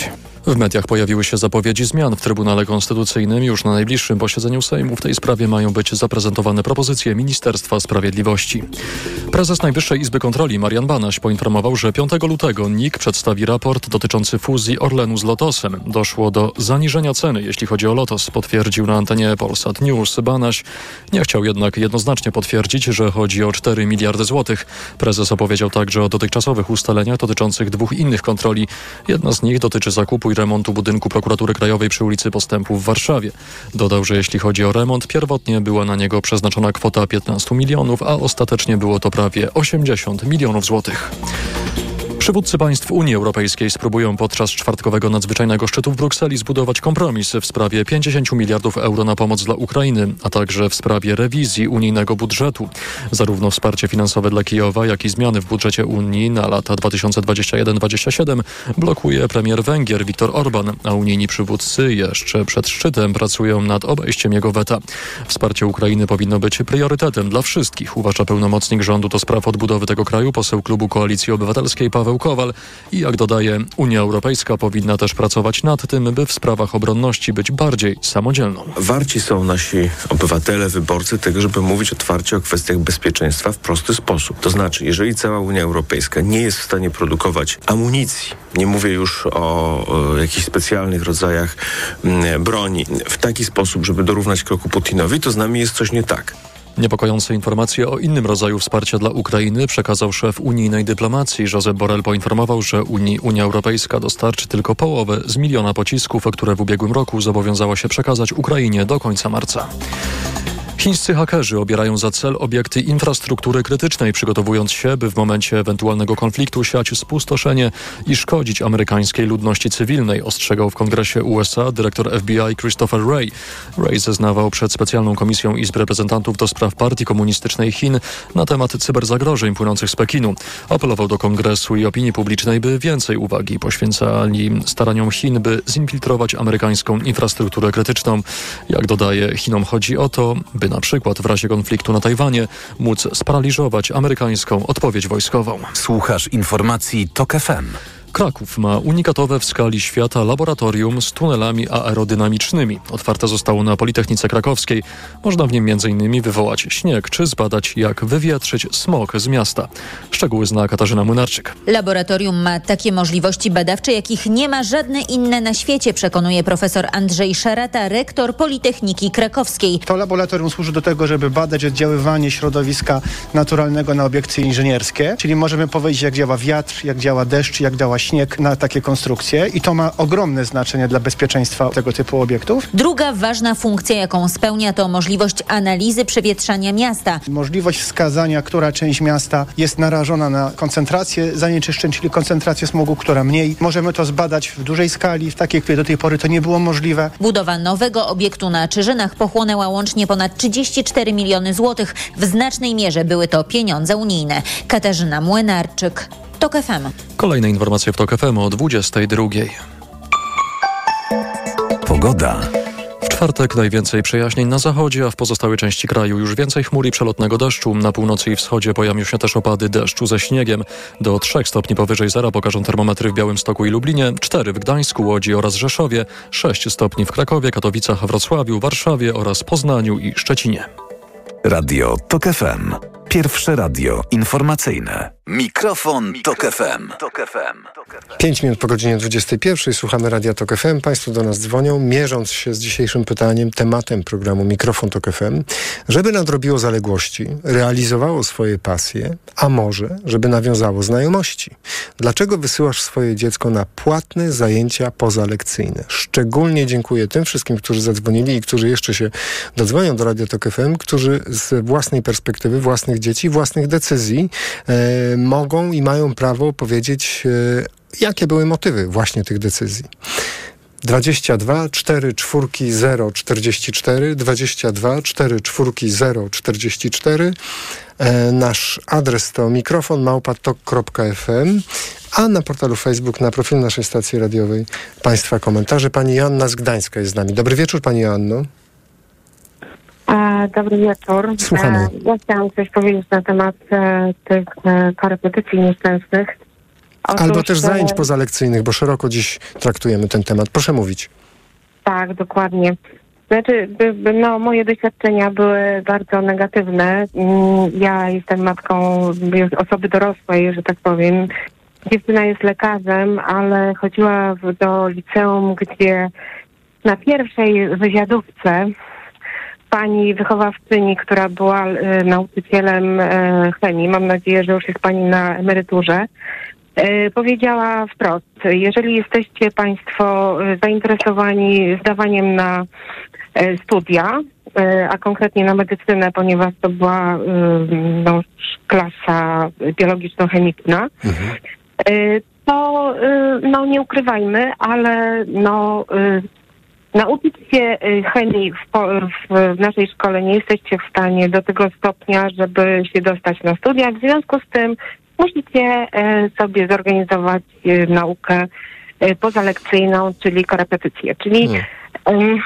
W mediach pojawiły się zapowiedzi zmian w Trybunale Konstytucyjnym. Już na najbliższym posiedzeniu Sejmu w tej sprawie mają być zaprezentowane propozycje Ministerstwa Sprawiedliwości. Prezes Najwyższej Izby Kontroli Marian Banaś poinformował, że piątego lutego N I K przedstawi raport dotyczący fuzji Orlenu z Lotosem. Doszło do zaniżenia ceny, jeśli chodzi o Lotos, potwierdził na antenie Polsat News. Banaś nie chciał jednak jednoznacznie potwierdzić, że chodzi o cztery miliardy złotych. Prezes opowiedział także o dotychczasowych ustaleniach dotyczących dwóch innych kontroli. Jedna z nich dotyczy zakupu i remontu budynku Prokuratury Krajowej przy ulicy Postępów w Warszawie. Dodał, że jeśli chodzi o remont, pierwotnie była na niego przeznaczona kwota piętnaście milionów, a ostatecznie było to prawie osiemdziesiąt milionów złotych. Przywódcy państw Unii Europejskiej spróbują podczas czwartkowego nadzwyczajnego szczytu w Brukseli zbudować kompromis w sprawie pięćdziesiąt miliardów euro na pomoc dla Ukrainy, a także w sprawie rewizji unijnego budżetu. Zarówno wsparcie finansowe dla Kijowa, jak i zmiany w budżecie Unii na lata dwa tysiące dwudziesty pierwszy do dwa tysiące dwudziestego siódmego blokuje premier Węgier Viktor Orban, a unijni przywódcy jeszcze przed szczytem pracują nad obejściem jego weta. Wsparcie Ukrainy powinno być priorytetem dla wszystkich, uważa pełnomocnik rządu do spraw odbudowy tego kraju, poseł klubu Koalicji Obywatelskiej Paweł Kowal. I jak dodaje, Unia Europejska powinna też pracować nad tym, by w sprawach obronności być bardziej samodzielną. Warci są nasi obywatele, wyborcy tego, żeby mówić otwarcie o kwestiach bezpieczeństwa w prosty sposób. To znaczy, jeżeli cała Unia Europejska nie jest w stanie produkować amunicji, nie mówię już o, o jakichś specjalnych rodzajach m, broni, w taki sposób, żeby dorównać kroku Putinowi, to z nami jest coś nie tak. Niepokojące informacje o innym rodzaju wsparcia dla Ukrainy przekazał szef unijnej dyplomacji. Josep Borrell poinformował, że Unii, Unia Europejska dostarczy tylko połowę z miliona pocisków, które w ubiegłym roku zobowiązała się przekazać Ukrainie do końca marca. Chińscy hakerzy obierają za cel obiekty infrastruktury krytycznej, przygotowując się, by w momencie ewentualnego konfliktu siać spustoszenie i szkodzić amerykańskiej ludności cywilnej, ostrzegał w Kongresie U S A dyrektor F B I Christopher Wray. Wray zeznawał przed specjalną komisją Izby Reprezentantów do spraw Partii Komunistycznej Chin na temat cyberzagrożeń płynących z Pekinu. Apelował do Kongresu i opinii publicznej, by więcej uwagi poświęcali staraniom Chin, by zinfiltrować amerykańską infrastrukturę krytyczną. Jak dodaje, Chinom chodzi o to, by na przykład w razie konfliktu na Tajwanie móc sparaliżować amerykańską odpowiedź wojskową. Słuchasz informacji TOK F M. Kraków ma unikatowe w skali świata laboratorium z tunelami aerodynamicznymi. Otwarte zostało na Politechnice Krakowskiej. Można w nim między innymi wywołać śnieg czy zbadać, jak wywietrzyć smog z miasta. Szczegóły zna Katarzyna Młynarczyk. Laboratorium ma takie możliwości badawcze, jakich nie ma żadne inne na świecie, przekonuje profesor Andrzej Szarata, rektor Politechniki Krakowskiej. To laboratorium służy do tego, żeby badać oddziaływanie środowiska naturalnego na obiekty inżynierskie, czyli możemy powiedzieć, jak działa wiatr, jak działa deszcz, jak działa śnieg na takie konstrukcje i to ma ogromne znaczenie dla bezpieczeństwa tego typu obiektów. Druga ważna funkcja, jaką spełnia, to możliwość analizy przewietrzania miasta. Możliwość wskazania, która część miasta jest narażona na koncentrację zanieczyszczeń, czyli koncentrację smogu, która mniej. Możemy to zbadać w dużej skali, w takiej, której do tej pory to nie było możliwe. Budowa nowego obiektu na Czyżynach pochłonęła łącznie ponad trzydzieści cztery miliony złotych. W znacznej mierze były to pieniądze unijne. Katarzyna Młynarczyk, TOK F M. Kolejne informacje w TOK F M o dwudziestej drugiej. Pogoda. W czwartek najwięcej przejaśnień na zachodzie, a w pozostałej części kraju już więcej chmur i przelotnego deszczu. Na północy i wschodzie pojawią się też opady deszczu ze śniegiem. Do trzech stopni powyżej zera pokażą termometry w Białymstoku i Lublinie, cztery w Gdańsku, Łodzi oraz Rzeszowie, sześć stopni w Krakowie, Katowicach, Wrocławiu, Warszawie oraz Poznaniu i Szczecinie. Radio TOK F M. Pierwsze radio informacyjne. Mikrofon TOK F M. Pięć minut po godzinie dwudziestej pierwszej słuchamy Radia TOK F M. Państwo do nas dzwonią, mierząc się z dzisiejszym pytaniem, tematem programu Mikrofon TOK F M, żeby nadrobiło zaległości, realizowało swoje pasje, a może, żeby nawiązało znajomości. Dlaczego wysyłasz swoje dziecko na płatne zajęcia pozalekcyjne? Szczególnie dziękuję tym wszystkim, którzy zadzwonili i którzy jeszcze się dodzwonią do Radia TOK F M, którzy z własnej perspektywy, własnych dzieci, własnych decyzji e, mogą i mają prawo powiedzieć, e, jakie były motywy właśnie tych decyzji. dwadzieścia dwa cztery czwórki zero czterdzieści cztery, dwadzieścia dwa cztery czwórki zero czterdzieści cztery. E, nasz adres to mikrofon małpa tok kropka f m, a na portalu Facebook, na profilu naszej stacji radiowej Państwa komentarze. Pani Joanna z Gdańska jest z nami. Dobry wieczór, Pani Joanno. E, dobry wieczór. Słuchamy. E, ja chciałam coś powiedzieć na temat e, tych e, korepetycji nieszczęsnych. Otóż, Albo też zajęć pozalekcyjnych, bo szeroko dziś traktujemy ten temat. Proszę mówić. Tak, dokładnie. Znaczy, no, moje doświadczenia były bardzo negatywne. Ja jestem matką osoby dorosłej, że tak powiem. Dziewczyna jest lekarzem, ale chodziła do liceum, gdzie na pierwszej wywiadówce pani wychowawczyni, która była e, nauczycielem e, chemii, mam nadzieję, że już jest pani na emeryturze, e, powiedziała wprost, jeżeli jesteście państwo zainteresowani zdawaniem na e, studia, e, a konkretnie na medycynę, ponieważ to była e, no, klasa biologiczno-chemiczna, mhm. e, to e, no nie ukrywajmy, ale no e, nauczyć się chemii w, w naszej szkole nie jesteście w stanie do tego stopnia, żeby się dostać na studia. W związku z tym musicie sobie zorganizować naukę pozalekcyjną, czyli korepetycję. Czyli hmm.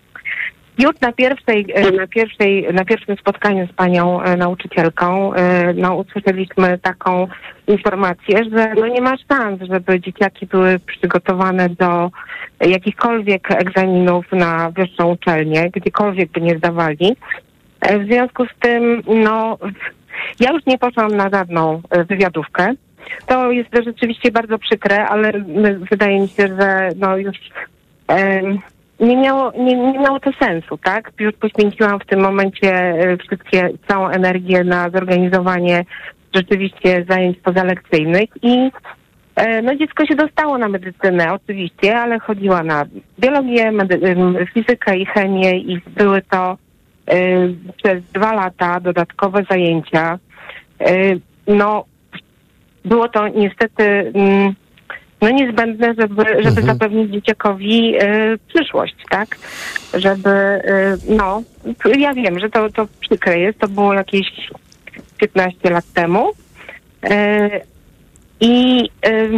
już na pierwszej, na pierwszej, na pierwszym spotkaniu z panią nauczycielką no, usłyszeliśmy taką informację, że no nie ma szans, żeby dzieciaki były przygotowane do jakichkolwiek egzaminów na wyższą uczelnię, gdziekolwiek by nie zdawali. W związku z tym, no, ja już nie poszłam na żadną wywiadówkę. To jest rzeczywiście bardzo przykre, ale wydaje mi się, że no już um, nie miało, nie, nie miało to sensu, tak? Już poświęciłam w tym momencie wszystkie, całą energię na zorganizowanie rzeczywiście zajęć pozalekcyjnych i no dziecko się dostało na medycynę oczywiście, ale chodziła na biologię, medy- fizykę i chemię i były to y, przez dwa lata dodatkowe zajęcia. Y, no było to niestety y, no niezbędne, żeby, żeby mhm. zapewnić dzieciakowi y, przyszłość, tak? Żeby, y, no, ja wiem, że to, to przykre jest, to było jakieś piętnaście lat temu. Y, I y,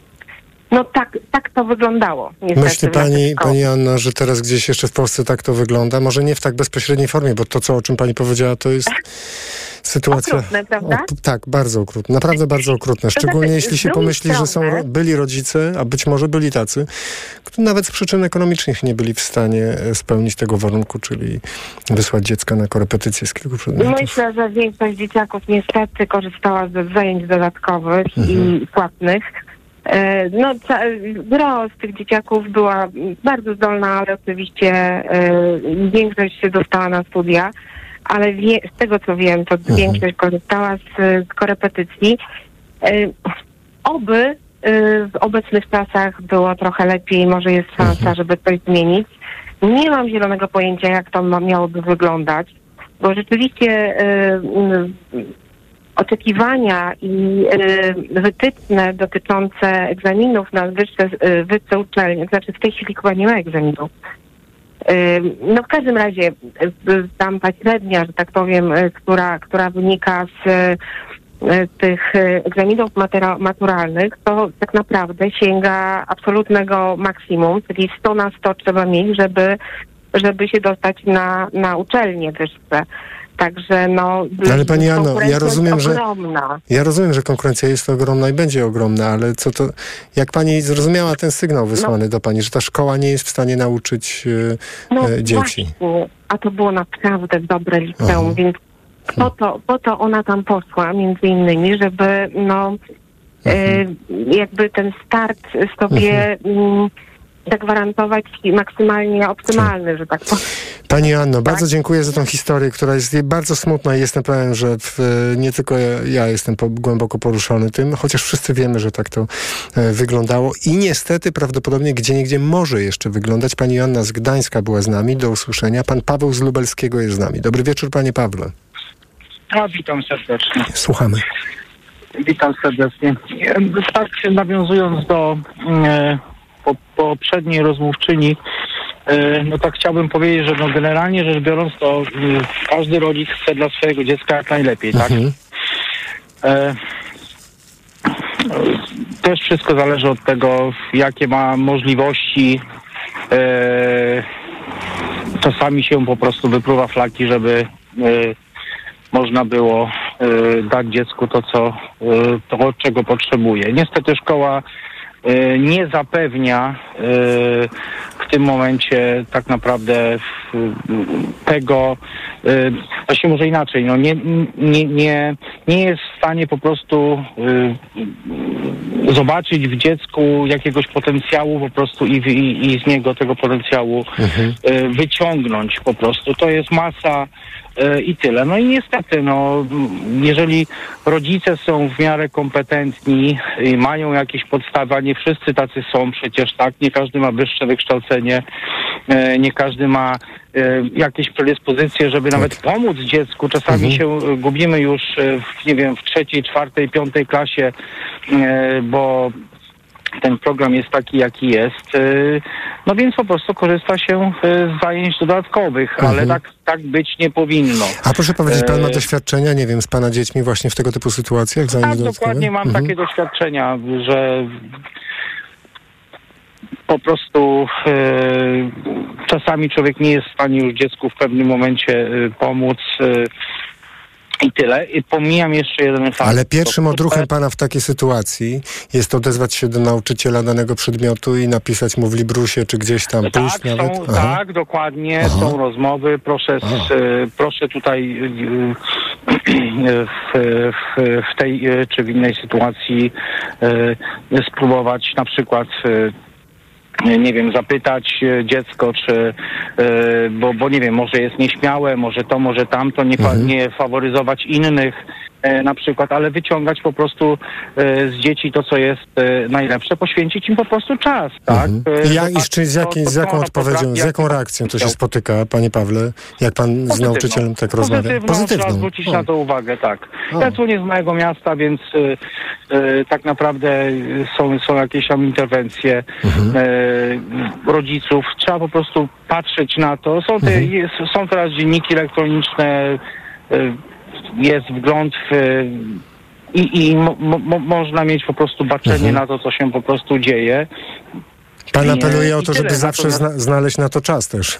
no tak, tak to wyglądało. Niestety, Myśli pani, pani Anna, że teraz gdzieś jeszcze w Polsce tak to wygląda? Może nie w tak bezpośredniej formie, bo to, co, o czym pani powiedziała, to jest sytuacja... Okrutne, prawda? O, tak, bardzo okrutne. Naprawdę bardzo okrutne. Szczególnie to jeśli się pomyśli, strony... że są ro- byli rodzice, a być może byli tacy, którzy nawet z przyczyn ekonomicznych nie byli w stanie spełnić tego warunku, czyli wysłać dziecka na korepetycje z kilku przedmiotów. Myślę, że większość dzieciaków niestety korzystała z zajęć dodatkowych mhm. i płatnych. No, gro z tych dzieciaków była bardzo zdolna, ale oczywiście y, większość się dostała na studia, ale wie, z tego co wiem, to mhm. większość korzystała z, z korepetycji. Y, oby y, w obecnych czasach było trochę lepiej, może jest szansa, mhm. żeby coś zmienić. Nie mam zielonego pojęcia, jak to ma, miałoby wyglądać, bo rzeczywiście y, y, oczekiwania i y, wytyczne dotyczące egzaminów na wyższe, y, wyższe uczelnie, to znaczy w tej chwili chyba nie ma egzaminów. Y, no w każdym razie y, tam ta średnia, że tak powiem, y, która, która wynika z y, tych y, egzaminów matera- maturalnych, to tak naprawdę sięga absolutnego maksimum, czyli sto na sto trzeba mieć, żeby, żeby się dostać na, na uczelnie wyższe. Także no... Ale pani Anno, ja rozumiem, że ogromna. ja rozumiem, że konkurencja jest ogromna i będzie ogromna, ale co to, jak pani zrozumiała ten sygnał wysłany no. do pani, że ta szkoła nie jest w stanie nauczyć e, no, dzieci? Właśnie. A to było naprawdę dobre liceum, Aha. więc po to, po to ona tam poszła, między innymi, żeby no e, jakby ten start sobie m, zagwarantować maksymalnie optymalny, że tak powiem. Pani Anno, bardzo dziękuję za tą historię, która jest bardzo smutna i jestem pewien, że w, nie tylko ja, ja jestem po, głęboko poruszony tym, chociaż wszyscy wiemy, że tak to e, wyglądało i niestety prawdopodobnie gdzieniegdzie może jeszcze wyglądać. Pani Joanna z Gdańska była z nami, do usłyszenia. Pan Paweł z Lubelskiego jest z nami. Dobry wieczór, panie Pawle. A, witam serdecznie. Słuchamy. Witam serdecznie. Tak nawiązując do e, po, poprzedniej rozmówczyni, no tak chciałbym powiedzieć, że no generalnie rzecz biorąc, to każdy rodzic chce dla swojego dziecka jak najlepiej, tak? Mhm. E, też wszystko zależy od tego, jakie ma możliwości. E, czasami się po prostu wypruwa flaki, żeby e, można było dać dziecku to, co, to, czego potrzebuje. Niestety szkoła nie zapewnia w tym momencie tak naprawdę tego, właśnie może inaczej, no nie, nie, nie, nie jest w stanie po prostu zobaczyć w dziecku jakiegoś potencjału po prostu i, i, i z niego tego potencjału mhm. wyciągnąć po prostu. To jest masa i tyle. No i niestety, no, jeżeli rodzice są w miarę kompetentni i mają jakieś podstawy, a nie wszyscy tacy są przecież, tak? Nie każdy ma wyższe wykształcenie, nie każdy ma jakieś predyspozycje, żeby tak. nawet pomóc dziecku. Czasami mhm. się gubimy już w, nie wiem, w trzeciej, czwartej, piątej klasie, bo ten program jest taki, jaki jest. No więc po prostu korzysta się z zajęć dodatkowych, mhm. ale tak, tak być nie powinno. A proszę powiedzieć, pan ma doświadczenia, nie wiem, z pana dziećmi właśnie w tego typu sytuacjach? Tak, dodatkowe? Dokładnie mam mhm. takie doświadczenia, że po prostu e, czasami człowiek nie jest w stanie już dziecku w pewnym momencie e, pomóc. E, I tyle. I pomijam jeszcze jeden fakt. Ale pierwszym odruchem pana w takiej sytuacji jest odezwać się do nauczyciela danego przedmiotu i napisać mu w Librusie, czy gdzieś tam tak, pójść są, nawet? Tak, dokładnie. Aha. Są rozmowy. Proszę, z, proszę tutaj w, w, w tej czy w innej sytuacji spróbować na przykład nie wiem, zapytać dziecko, czy, yy, bo, bo nie wiem, może jest nieśmiałe, może to, może tamto, nie, fa- nie faworyzować innych yy, na przykład, ale wyciągać po prostu yy, z dzieci to, co jest yy, najlepsze, poświęcić im po prostu czas, tak? Mhm. I, ja, i czy z, jakiej, z jaką odpowiedzią, z jaką reakcją to się spotyka, panie Pawle, jak pan Pozytywną. z nauczycielem tak rozmawia? Pozytywną. Pozytywną. Trzeba zwrócić o. na to uwagę, tak. O. Ja tu nie z mojego miasta, więc yy, yy, tak naprawdę są, są jakieś tam interwencje mhm. yy, rodziców. Trzeba po prostu patrzeć na to. Są, te, mhm. jest, są teraz dzienniki elektroniczne, jest wgląd w, i, i mo, mo, można mieć po prostu baczenie mhm. na to, co się po prostu dzieje. Pan apeluje o to, żeby zawsze zna, znaleźć na to czas też.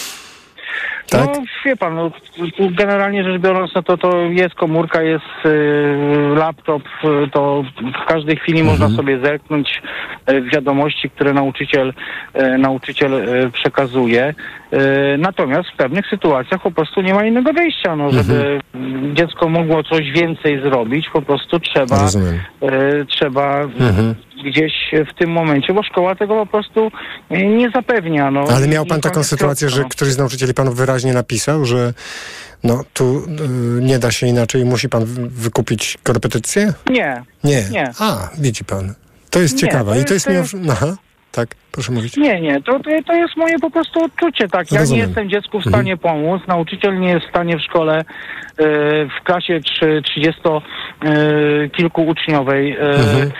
Tak? No wie pan, no, generalnie rzecz biorąc, no to, to jest komórka, jest y, laptop, y, to w każdej chwili mhm. można sobie zerknąć y, w wiadomości, które nauczyciel, y, nauczyciel y, przekazuje. Y, natomiast w pewnych sytuacjach po prostu nie ma innego wyjścia, no, żeby mhm. dziecko mogło coś więcej zrobić, po prostu trzeba, y, trzeba mhm. gdzieś w tym momencie, bo szkoła tego po prostu nie zapewnia. No. Ale miał pan taką sytuację, że któryś z nauczycieli panu wyraźnie napisał, że no tu y, nie da się inaczej, musi pan wykupić korepetycję? Nie. Nie. nie. A, widzi pan. To jest nie, ciekawe. to I to jest... jest Miał... Aha. Tak, proszę mówić. Nie, nie, to, to, to jest moje po prostu odczucie, tak. Ja Rozumiem. nie jestem dziecku w stanie mhm. pomóc, nauczyciel nie jest w stanie w szkole, y, w klasie trzydziestokilkuuczniowej y, mhm.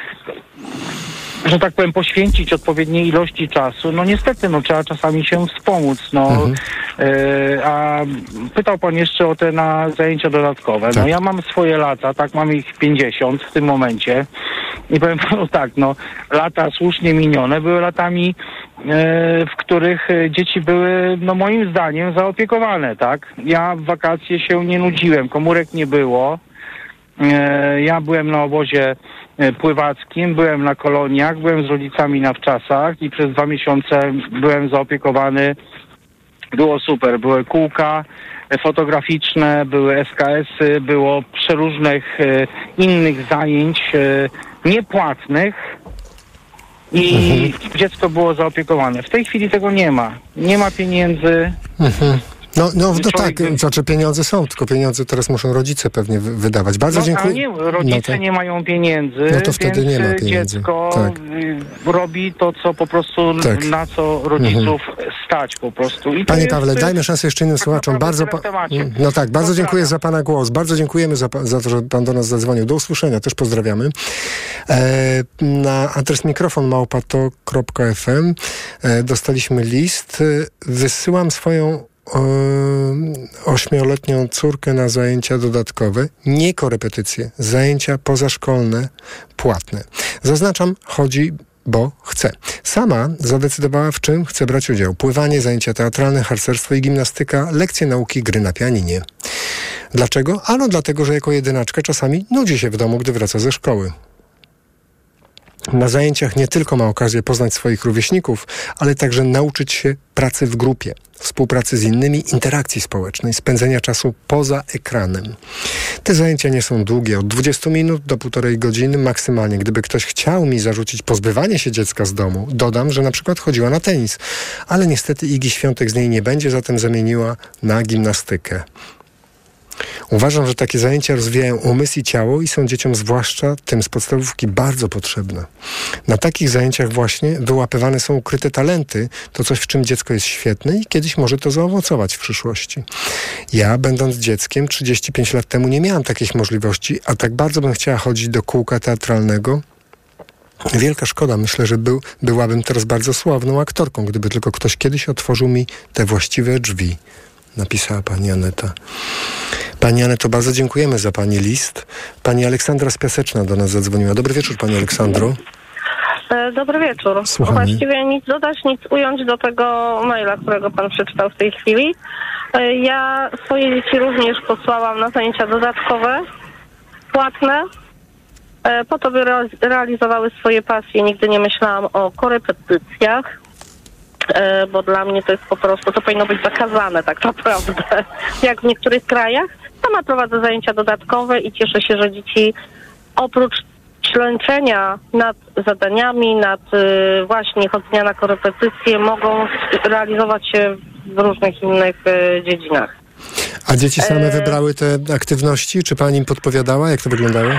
że tak powiem, poświęcić odpowiedniej ilości czasu. No niestety, no trzeba czasami się wspomóc, no. Mhm. E, a pytał pan jeszcze o te na zajęcia dodatkowe. Tak. No ja mam swoje lata, tak, mam ich pięćdziesiąt w tym momencie. I powiem panu tak, no, lata słusznie minione były latami, e, w których dzieci były, no moim zdaniem, zaopiekowane, tak. Ja w wakacje się nie nudziłem, komórek nie było. E, ja byłem na obozie pływackim, byłem na koloniach, byłem z rodzicami na wczasach i przez dwa miesiące byłem zaopiekowany. Było super, były kółka fotograficzne, były es ka esy, było przeróżnych e, innych zajęć e, niepłatnych i mhm. dziecko było zaopiekowane. W tej chwili tego nie ma. Nie ma pieniędzy. Mhm. No, no, no tak, by... znaczy pieniądze są, tylko pieniądze teraz muszą rodzice pewnie wydawać. Bardzo no, dziękuję. A nie, rodzice no to... nie mają pieniędzy, no to wtedy więc nie ma pieniędzy. Dziecko tak. robi to, co po prostu tak. na co rodziców mhm. stać po prostu. I Panie jest, Pawle, dajmy szansę jeszcze innym tak słuchaczom. Bardzo pa... No tak, bardzo dziękuję za pana głos. Bardzo dziękujemy za, za to, że pan do nas zadzwonił. Do usłyszenia, też pozdrawiamy. E, na adres mikrofon małpa tok kropka ef em e, dostaliśmy list. Wysyłam swoją ośmioletnią córkę na zajęcia dodatkowe, nie korepetycje, zajęcia pozaszkolne, płatne. Zaznaczam, chodzi, bo chce. Sama zadecydowała, w czym chce brać udział. Pływanie, zajęcia teatralne, harcerstwo i gimnastyka, lekcje nauki gry na pianinie. Dlaczego? Ano dlatego, że jako jedynaczka czasami nudzi się w domu, gdy wraca ze szkoły. Na zajęciach nie tylko ma okazję poznać swoich rówieśników, ale także nauczyć się pracy w grupie, współpracy z innymi, interakcji społecznej, spędzenia czasu poza ekranem. Te zajęcia nie są długie, od dwudziestu minut do półtorej godziny maksymalnie. Gdyby ktoś chciał mi zarzucić pozbywanie się dziecka z domu, dodam, że na przykład chodziła na tenis, ale niestety Igi Świątek z niej nie będzie, zatem zamieniła na gimnastykę. Uważam, że takie zajęcia rozwijają umysł i ciało i są dzieciom, zwłaszcza tym z podstawówki, bardzo potrzebne. Na takich zajęciach właśnie wyłapywane są ukryte talenty, to coś, w czym dziecko jest świetne i kiedyś może to zaowocować w przyszłości. Ja, będąc dzieckiem trzydzieści pięć lat temu, nie miałam takiej możliwości, a tak bardzo bym chciała chodzić do kółka teatralnego. Wielka szkoda, myślę, że był, byłabym teraz bardzo sławną aktorką, gdyby tylko ktoś kiedyś otworzył mi te właściwe drzwi. Napisała pani Aneta. Pani Aneto, bardzo dziękujemy za pani list. Pani Aleksandra z Piaseczna do nas zadzwoniła. Dobry wieczór, pani Aleksandro. Dobry wieczór. Słuchamy. Właściwie nic dodać, nic ująć do tego maila, którego pan przeczytał w tej chwili. Ja swoje dzieci również posłałam na zajęcia dodatkowe, płatne, po to, by realizowały swoje pasje. Nigdy nie myślałam o korepetycjach, bo dla mnie to jest po prostu, to powinno być zakazane tak naprawdę, jak w niektórych krajach. Sama prowadzę zajęcia dodatkowe i cieszę się, że dzieci oprócz ślęczenia nad zadaniami, nad y, właśnie chodzenia na korepetycje mogą realizować się w różnych innych y, dziedzinach. A dzieci same e... wybrały te aktywności? Czy pani im podpowiadała? Jak to wyglądało?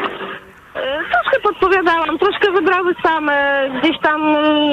Troszkę podpowiadałam, troszkę wybrały same, gdzieś tam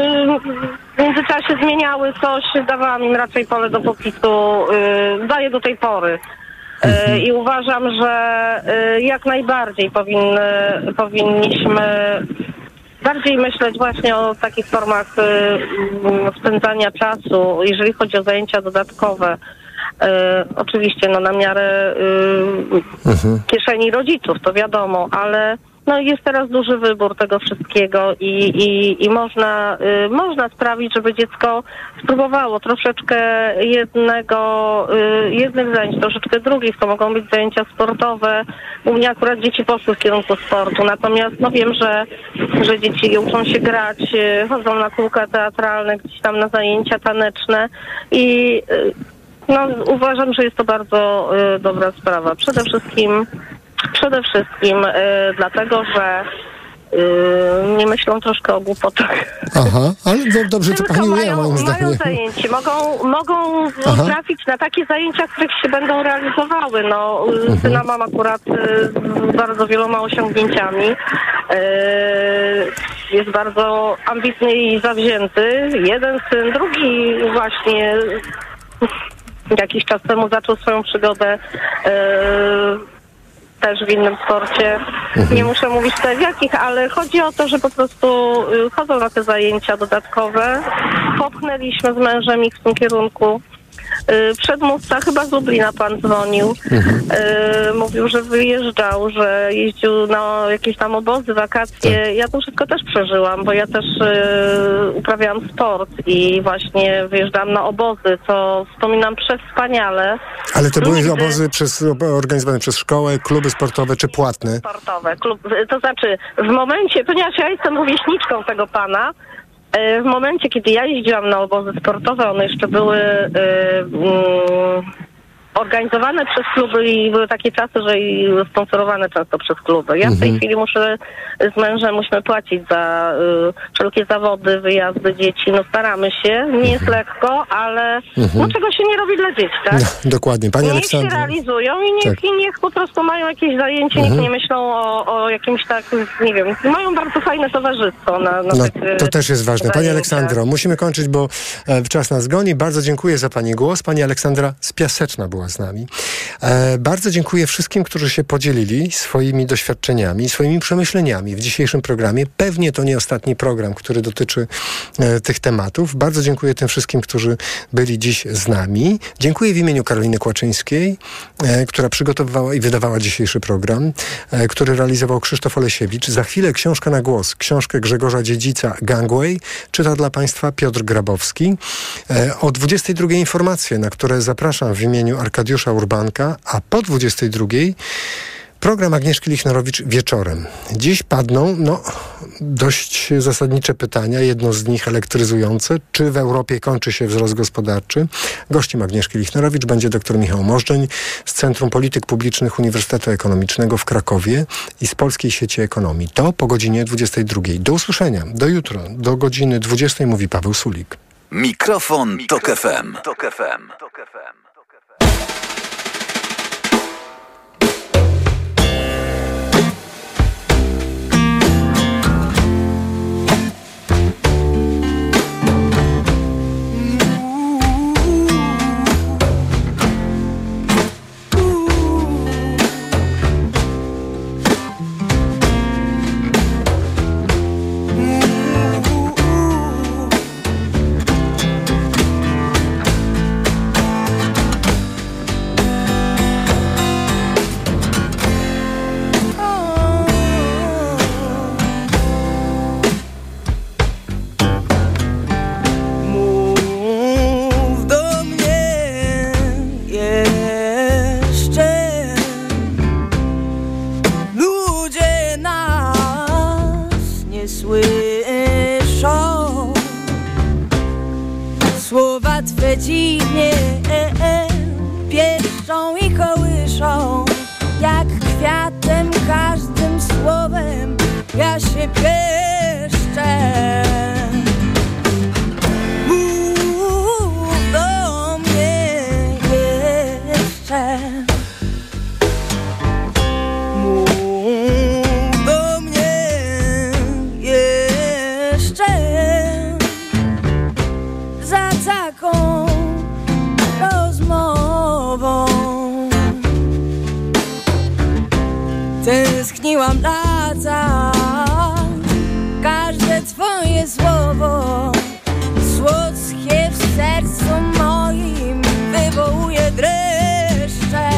w międzyczasie zmieniały coś, dawałam im raczej pole do popisu, daję do tej pory. Mhm. I uważam, że jak najbardziej powinny, powinniśmy bardziej myśleć właśnie o takich formach spędzania czasu, jeżeli chodzi o zajęcia dodatkowe. Oczywiście no, na miarę mhm. kieszeni rodziców, to wiadomo, ale no jest teraz duży wybór tego wszystkiego i, i, i można, y, można sprawić, żeby dziecko spróbowało troszeczkę jednego, y, jednych zajęć, troszeczkę drugich. To mogą być zajęcia sportowe. U mnie akurat dzieci poszły w kierunku sportu, natomiast no wiem, że, że dzieci uczą się grać, y, chodzą na kółka teatralne, gdzieś tam na zajęcia taneczne i y, no, uważam, że jest to bardzo y, dobra sprawa. Przede wszystkim Przede wszystkim y, dlatego, że y, nie myślą troszkę o głupotach. Aha, ale do, dobrze to pani ujęła, moim zdaniem. Mają zajęcie, mogą, mogą trafić na takie zajęcia, w których się będą realizowały. No, mhm. syna mam akurat y, z bardzo wieloma osiągnięciami. Y, jest bardzo ambitny i zawzięty. Jeden syn, drugi właśnie jakiś czas temu zaczął swoją przygodę y, też w innym sporcie. Mhm. Nie muszę mówić tutaj w jakich, ale chodzi o to, że po prostu y, chodzą na te zajęcia dodatkowe. Popchnęliśmy z mężem ich w tym kierunku. Y, przedmówca, chyba z Lublina pan dzwonił. Mhm. Y, mówił, że wyjeżdżał, że jeździł na jakieś tam obozy, wakacje. Tak. Ja to wszystko też przeżyłam, bo ja też y, uprawiałam sport i właśnie wyjeżdżałam na obozy, co wspominam przewspaniale. Ale to były Nigdy... obozy przez, organizowane przez szkołę, kluby sportowe czy płatne? Sportowe. Klub, to znaczy w momencie, ponieważ ja jestem rówieśniczką tego pana, w momencie, kiedy ja jeździłam na obozy sportowe, one jeszcze były yy, yy, organizowane przez kluby i były takie czasy, że i sponsorowane często przez kluby. Ja w tej mhm. chwili muszę z mężem, musimy płacić za y, wszelkie zawody, wyjazdy dzieci. No staramy się, nie jest lekko, ale mhm. no czego się nie robi dla dzieci, tak? No, dokładnie. Pani niech Aleksandra. się realizują i niech, tak. i niech po prostu mają jakieś zajęcie, mhm. niech nie myślą o, o jakimś tak, nie wiem, mają bardzo fajne towarzystwo na, na no, tych, to też jest ważne. Pani zajęciach. Aleksandro, musimy kończyć, bo e, czas nas goni. Bardzo dziękuję za pani głos. Pani Aleksandra z Piaseczna była z nami. E, bardzo dziękuję wszystkim, którzy się podzielili swoimi doświadczeniami, swoimi przemyśleniami w dzisiejszym programie. Pewnie to nie ostatni program, który dotyczy e, tych tematów. Bardzo dziękuję tym wszystkim, którzy byli dziś z nami. Dziękuję w imieniu Karoliny Kłaczyńskiej, e, która przygotowywała i wydawała dzisiejszy program, e, który realizował Krzysztof Olesiewicz. Za chwilę książka na głos. Książkę Grzegorza Dziedzica Gangway czyta dla Państwa Piotr Grabowski. E, o dwudziestej drugiej informacje, na które zapraszam w imieniu Arkadiusza Arkadiusza Urbanka, a po dwudziestej drugiej program Agnieszki Lichnerowicz wieczorem. Dziś padną no, dość zasadnicze pytania, jedno z nich elektryzujące. Czy w Europie kończy się wzrost gospodarczy? Gościem Agnieszki Lichnerowicz będzie dr Michał Możdżeń z Centrum Polityk Publicznych Uniwersytetu Ekonomicznego w Krakowie i z Polskiej Sieci Ekonomii. To po godzinie dwudziestej drugiej. Do usłyszenia. Do jutra. Do godziny dwudziestej mówi Paweł Sulik. Mikrofon Tok F M. Tok F M. Dziwnie e, e, pieszczą i kołyszą, jak kwiatem każdym słowem ja się pieszczę. Mów do mnie jeszcze. Mów do mnie jeszcze. Za taką rozmową tęskniłam lata, każde twoje słowo słodkie w sercu moim wywołuje dreszcze.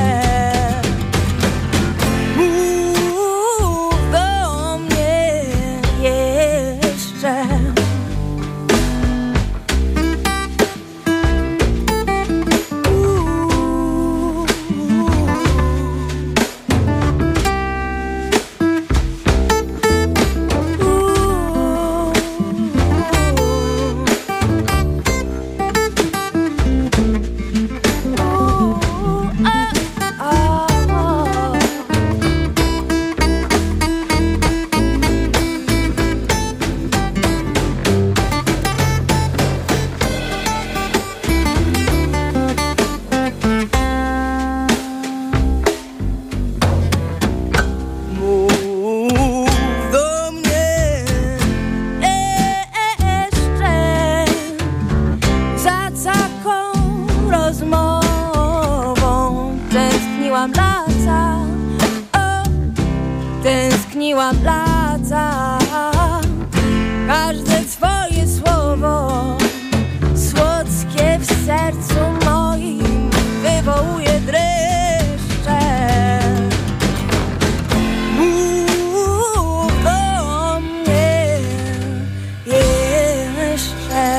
Mów do mnie jeszcze. Tęskniłam lata, każde twoje słowo słodkie w sercu moim wywołuje dreszcze. Mów do mnie jeszcze.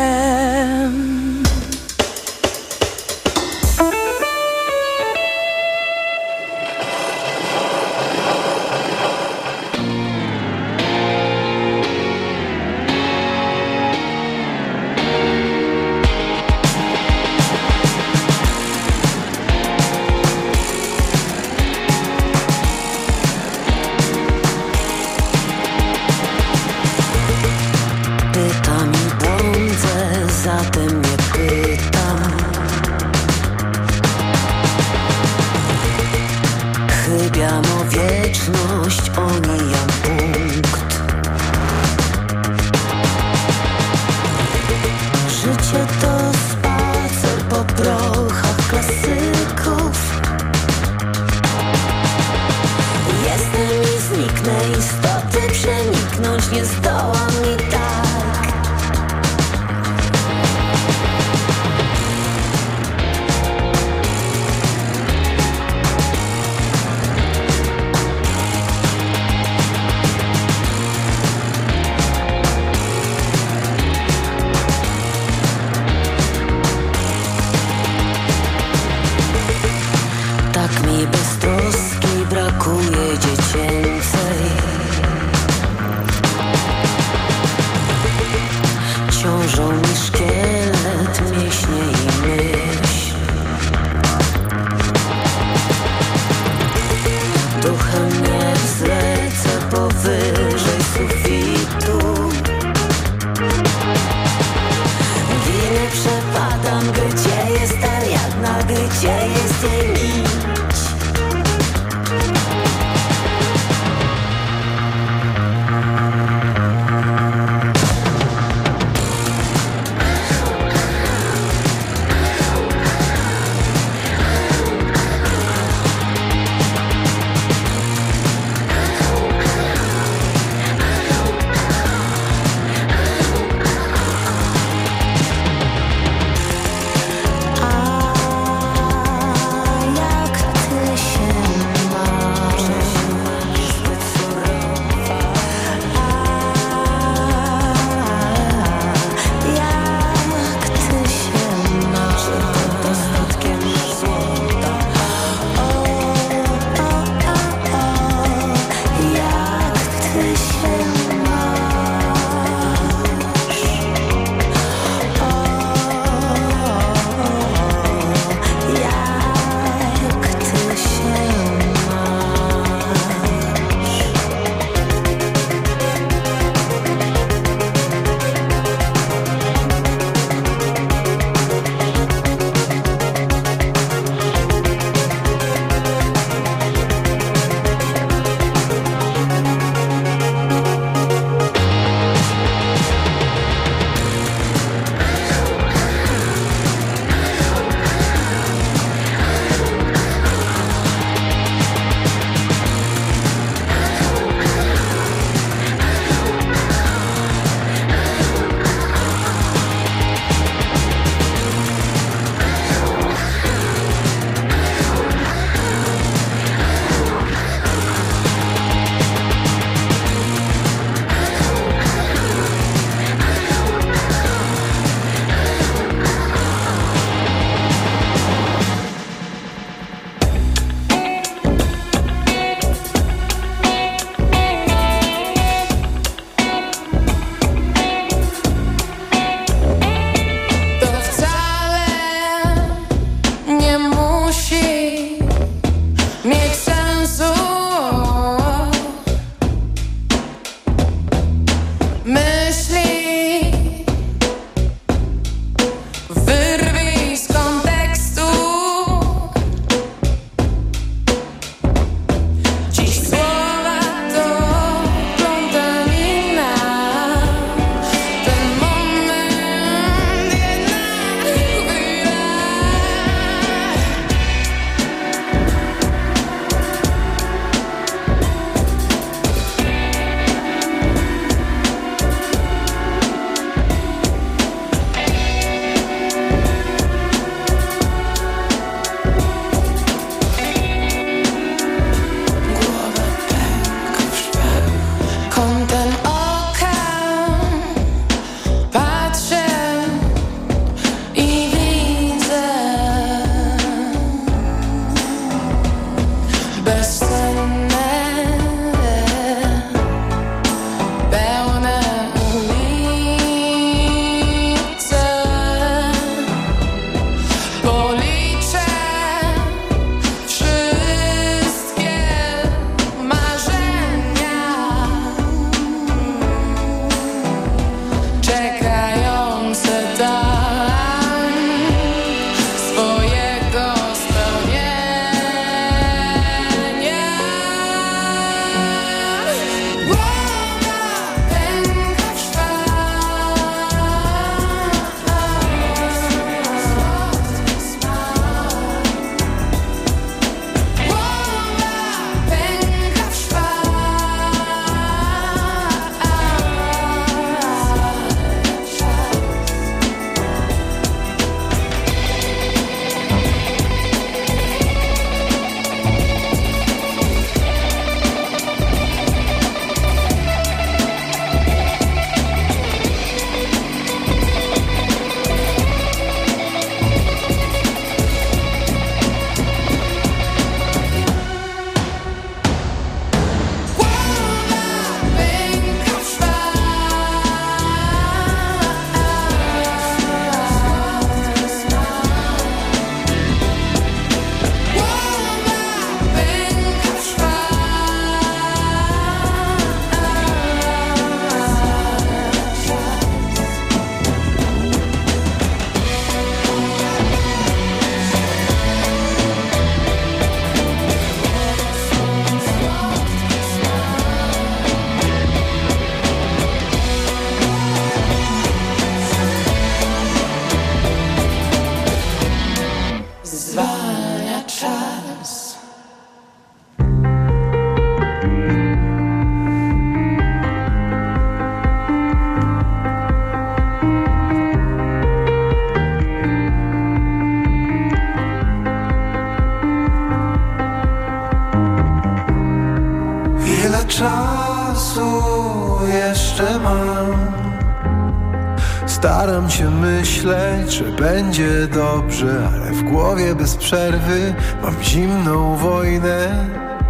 Staram się myśleć, że będzie dobrze, ale w głowie bez przerwy mam zimną wojnę.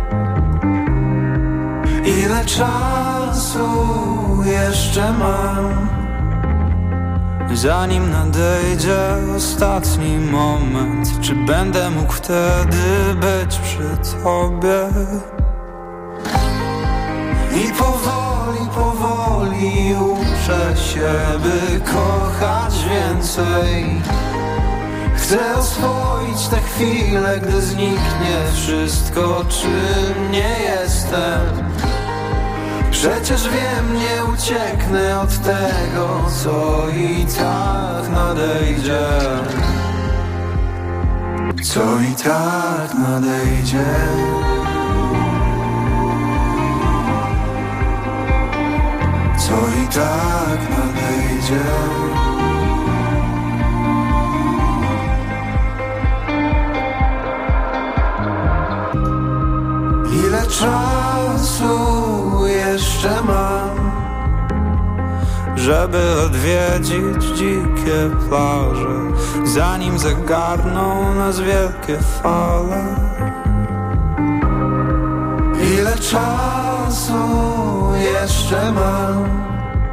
Ile czasu jeszcze mam, zanim nadejdzie ostatni moment? Czy będę mógł wtedy być przy tobie? I powoli, powoli uczę się, by kochać więcej. Chcę oswoić te chwile, gdy zniknie wszystko, czym nie jestem. Przecież wiem, nie ucieknę od tego, co i tak nadejdzie. Co i tak nadejdzie. Co i tak nadejdzie. Ile czasu jeszcze mam, żeby odwiedzić dzikie plaże, zanim zagarną nas wielkie fale? Ile czasu jeszcze mam,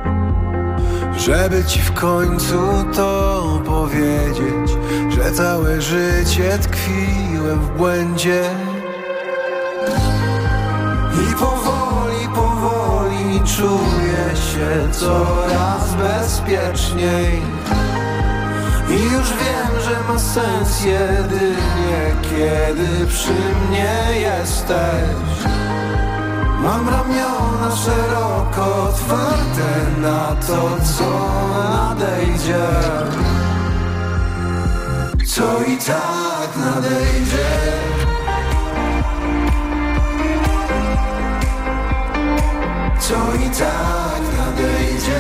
żeby ci w końcu to powiedzieć, że całe życie tkwiłem w błędzie. I powoli, powoli czuję się coraz bezpieczniej. I już wiem, że ma sens jedynie, kiedy przy mnie jesteś. Mam ramiona szeroko otwarte na to, co nadejdzie. Co i tak nadejdzie. Co i tak nadejdzie.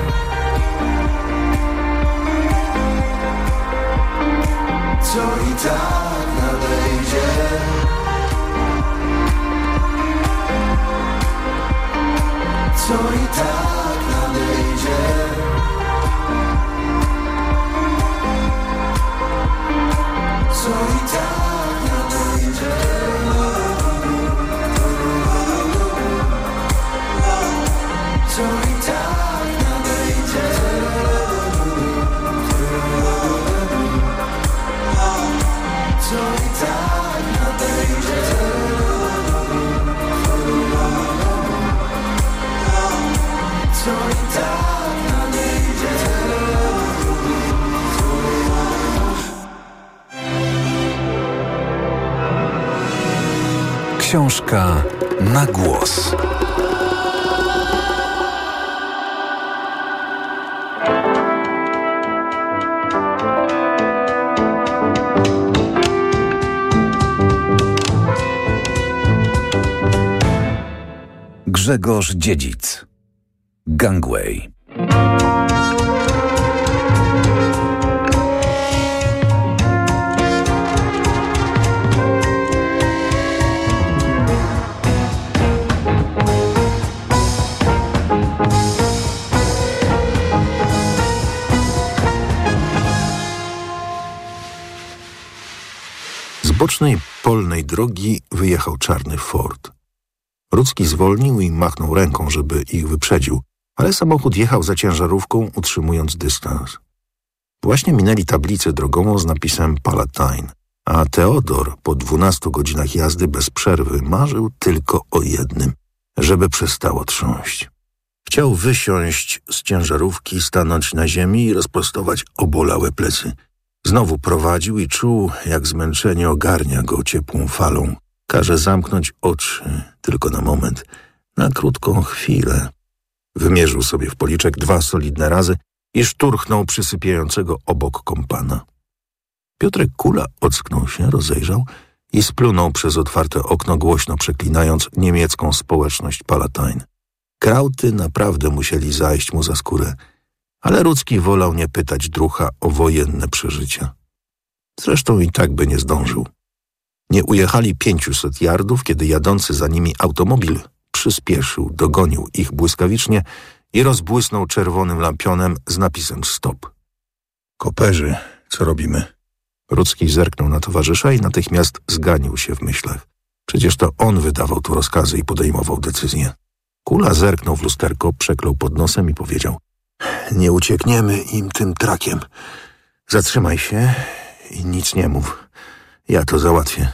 Co i tak nadejdzie. Co i tak nadejdzie. Co i tak nadejdzie. Co i tak nadejdzie. Co i tak nadejdzie. Co i tak nadejdzie. Książka na głos. Grzegorz Dziedzic. Gangway. Z bocznej polnej drogi wyjechał czarny Ford. Rudzki zwolnił i machnął ręką, żeby ich wyprzedził, ale samochód jechał za ciężarówką, utrzymując dystans. Właśnie minęli tablicę drogową z napisem Palatine, a Teodor po dwunastu godzinach jazdy bez przerwy marzył tylko o jednym, żeby przestało trząść. Chciał wysiąść z ciężarówki, stanąć na ziemi i rozprostować obolałe plecy. Znowu prowadził i czuł, jak zmęczenie ogarnia go ciepłą falą. Każe zamknąć oczy, tylko na moment, na krótką chwilę. Wymierzył sobie w policzek dwa solidne razy i szturchnął przysypiającego obok kompana. Piotrek Kula ocknął się, rozejrzał i splunął przez otwarte okno, głośno przeklinając niemiecką społeczność Palatine. Krauty naprawdę musieli zajść mu za skórę, ale Rudzki wolał nie pytać drucha o wojenne przeżycia. Zresztą i tak by nie zdążył. Nie ujechali pięciuset yardów, kiedy jadący za nimi automobil przyspieszył, dogonił ich błyskawicznie i rozbłysnął czerwonym lampionem z napisem stop. Koperzy, co robimy? Rudzki zerknął na towarzysza i natychmiast zganił się w myślach. Przecież to on wydawał tu rozkazy i podejmował decyzje. Kula zerknął w lusterko, przeklął pod nosem i powiedział: nie uciekniemy im tym trakiem. Zatrzymaj się i nic nie mów. Ja to załatwię.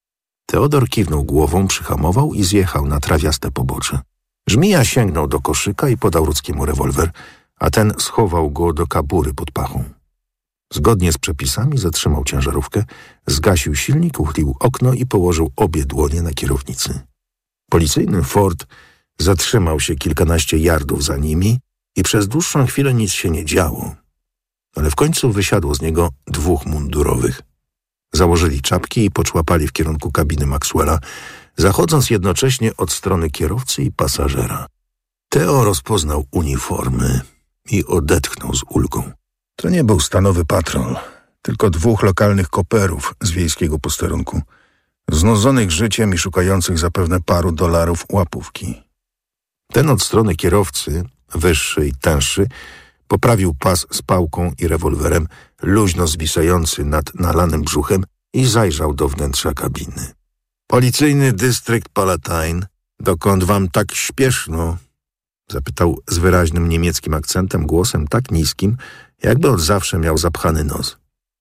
Teodor kiwnął głową, przyhamował i zjechał na trawiaste pobocze. Żmija sięgnął do koszyka i podał Rudzkiemu rewolwer, a ten schował go do kabury pod pachą. Zgodnie z przepisami zatrzymał ciężarówkę, zgasił silnik, uchylił okno i położył obie dłonie na kierownicy. Policyjny Ford zatrzymał się kilkanaście yardów za nimi i przez dłuższą chwilę nic się nie działo. Ale w końcu wysiadło z niego dwóch mundurowych. Założyli czapki i poczłapali w kierunku kabiny Maxwella, zachodząc jednocześnie od strony kierowcy i pasażera. Teo rozpoznał uniformy i odetchnął z ulgą. To nie był stanowy patrol, tylko dwóch lokalnych koperów z wiejskiego posterunku, znudzonych życiem i szukających zapewne paru dolarów łapówki. Ten od strony kierowcy, wyższy i tęższy, poprawił pas z pałką i rewolwerem, luźno zwisający nad nalanym brzuchem, i zajrzał do wnętrza kabiny. Policyjny dystrykt Palatine, dokąd wam tak śpieszno? Zapytał z wyraźnym niemieckim akcentem, głosem tak niskim, jakby od zawsze miał zapchany nos.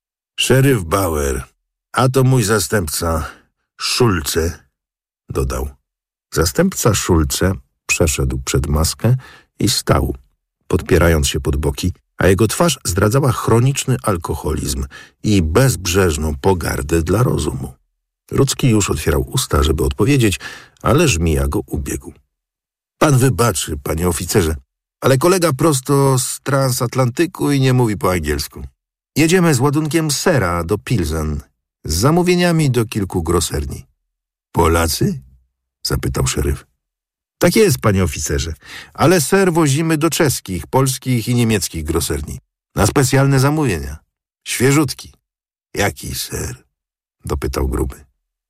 Szeryf Bauer, a to mój zastępca, Schulze, dodał. Zastępca Schulze przeszedł przed maskę i stał, podpierając się pod boki, a jego twarz zdradzała chroniczny alkoholizm i bezbrzeżną pogardę dla rozumu. Rudzki już otwierał usta, żeby odpowiedzieć, ale Żmija go ubiegł. Pan wybaczy, panie oficerze, ale kolega prosto z transatlantyku i nie mówi po angielsku. Jedziemy z ładunkiem sera do Pilsen, z zamówieniami do kilku groserni. Polacy? Zapytał szeryf. Tak jest, panie oficerze, ale ser wozimy do czeskich, polskich i niemieckich groserni. Na specjalne zamówienia. Świeżutki. Jaki ser? Dopytał gruby.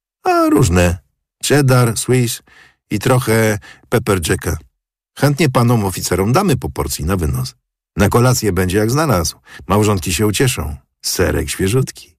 A różne. Cheddar, Swiss i trochę pepper jacka. Chętnie panom oficerom damy po porcji na wynos. Na kolację będzie jak znalazł. Małżonki się ucieszą. Serek świeżutki.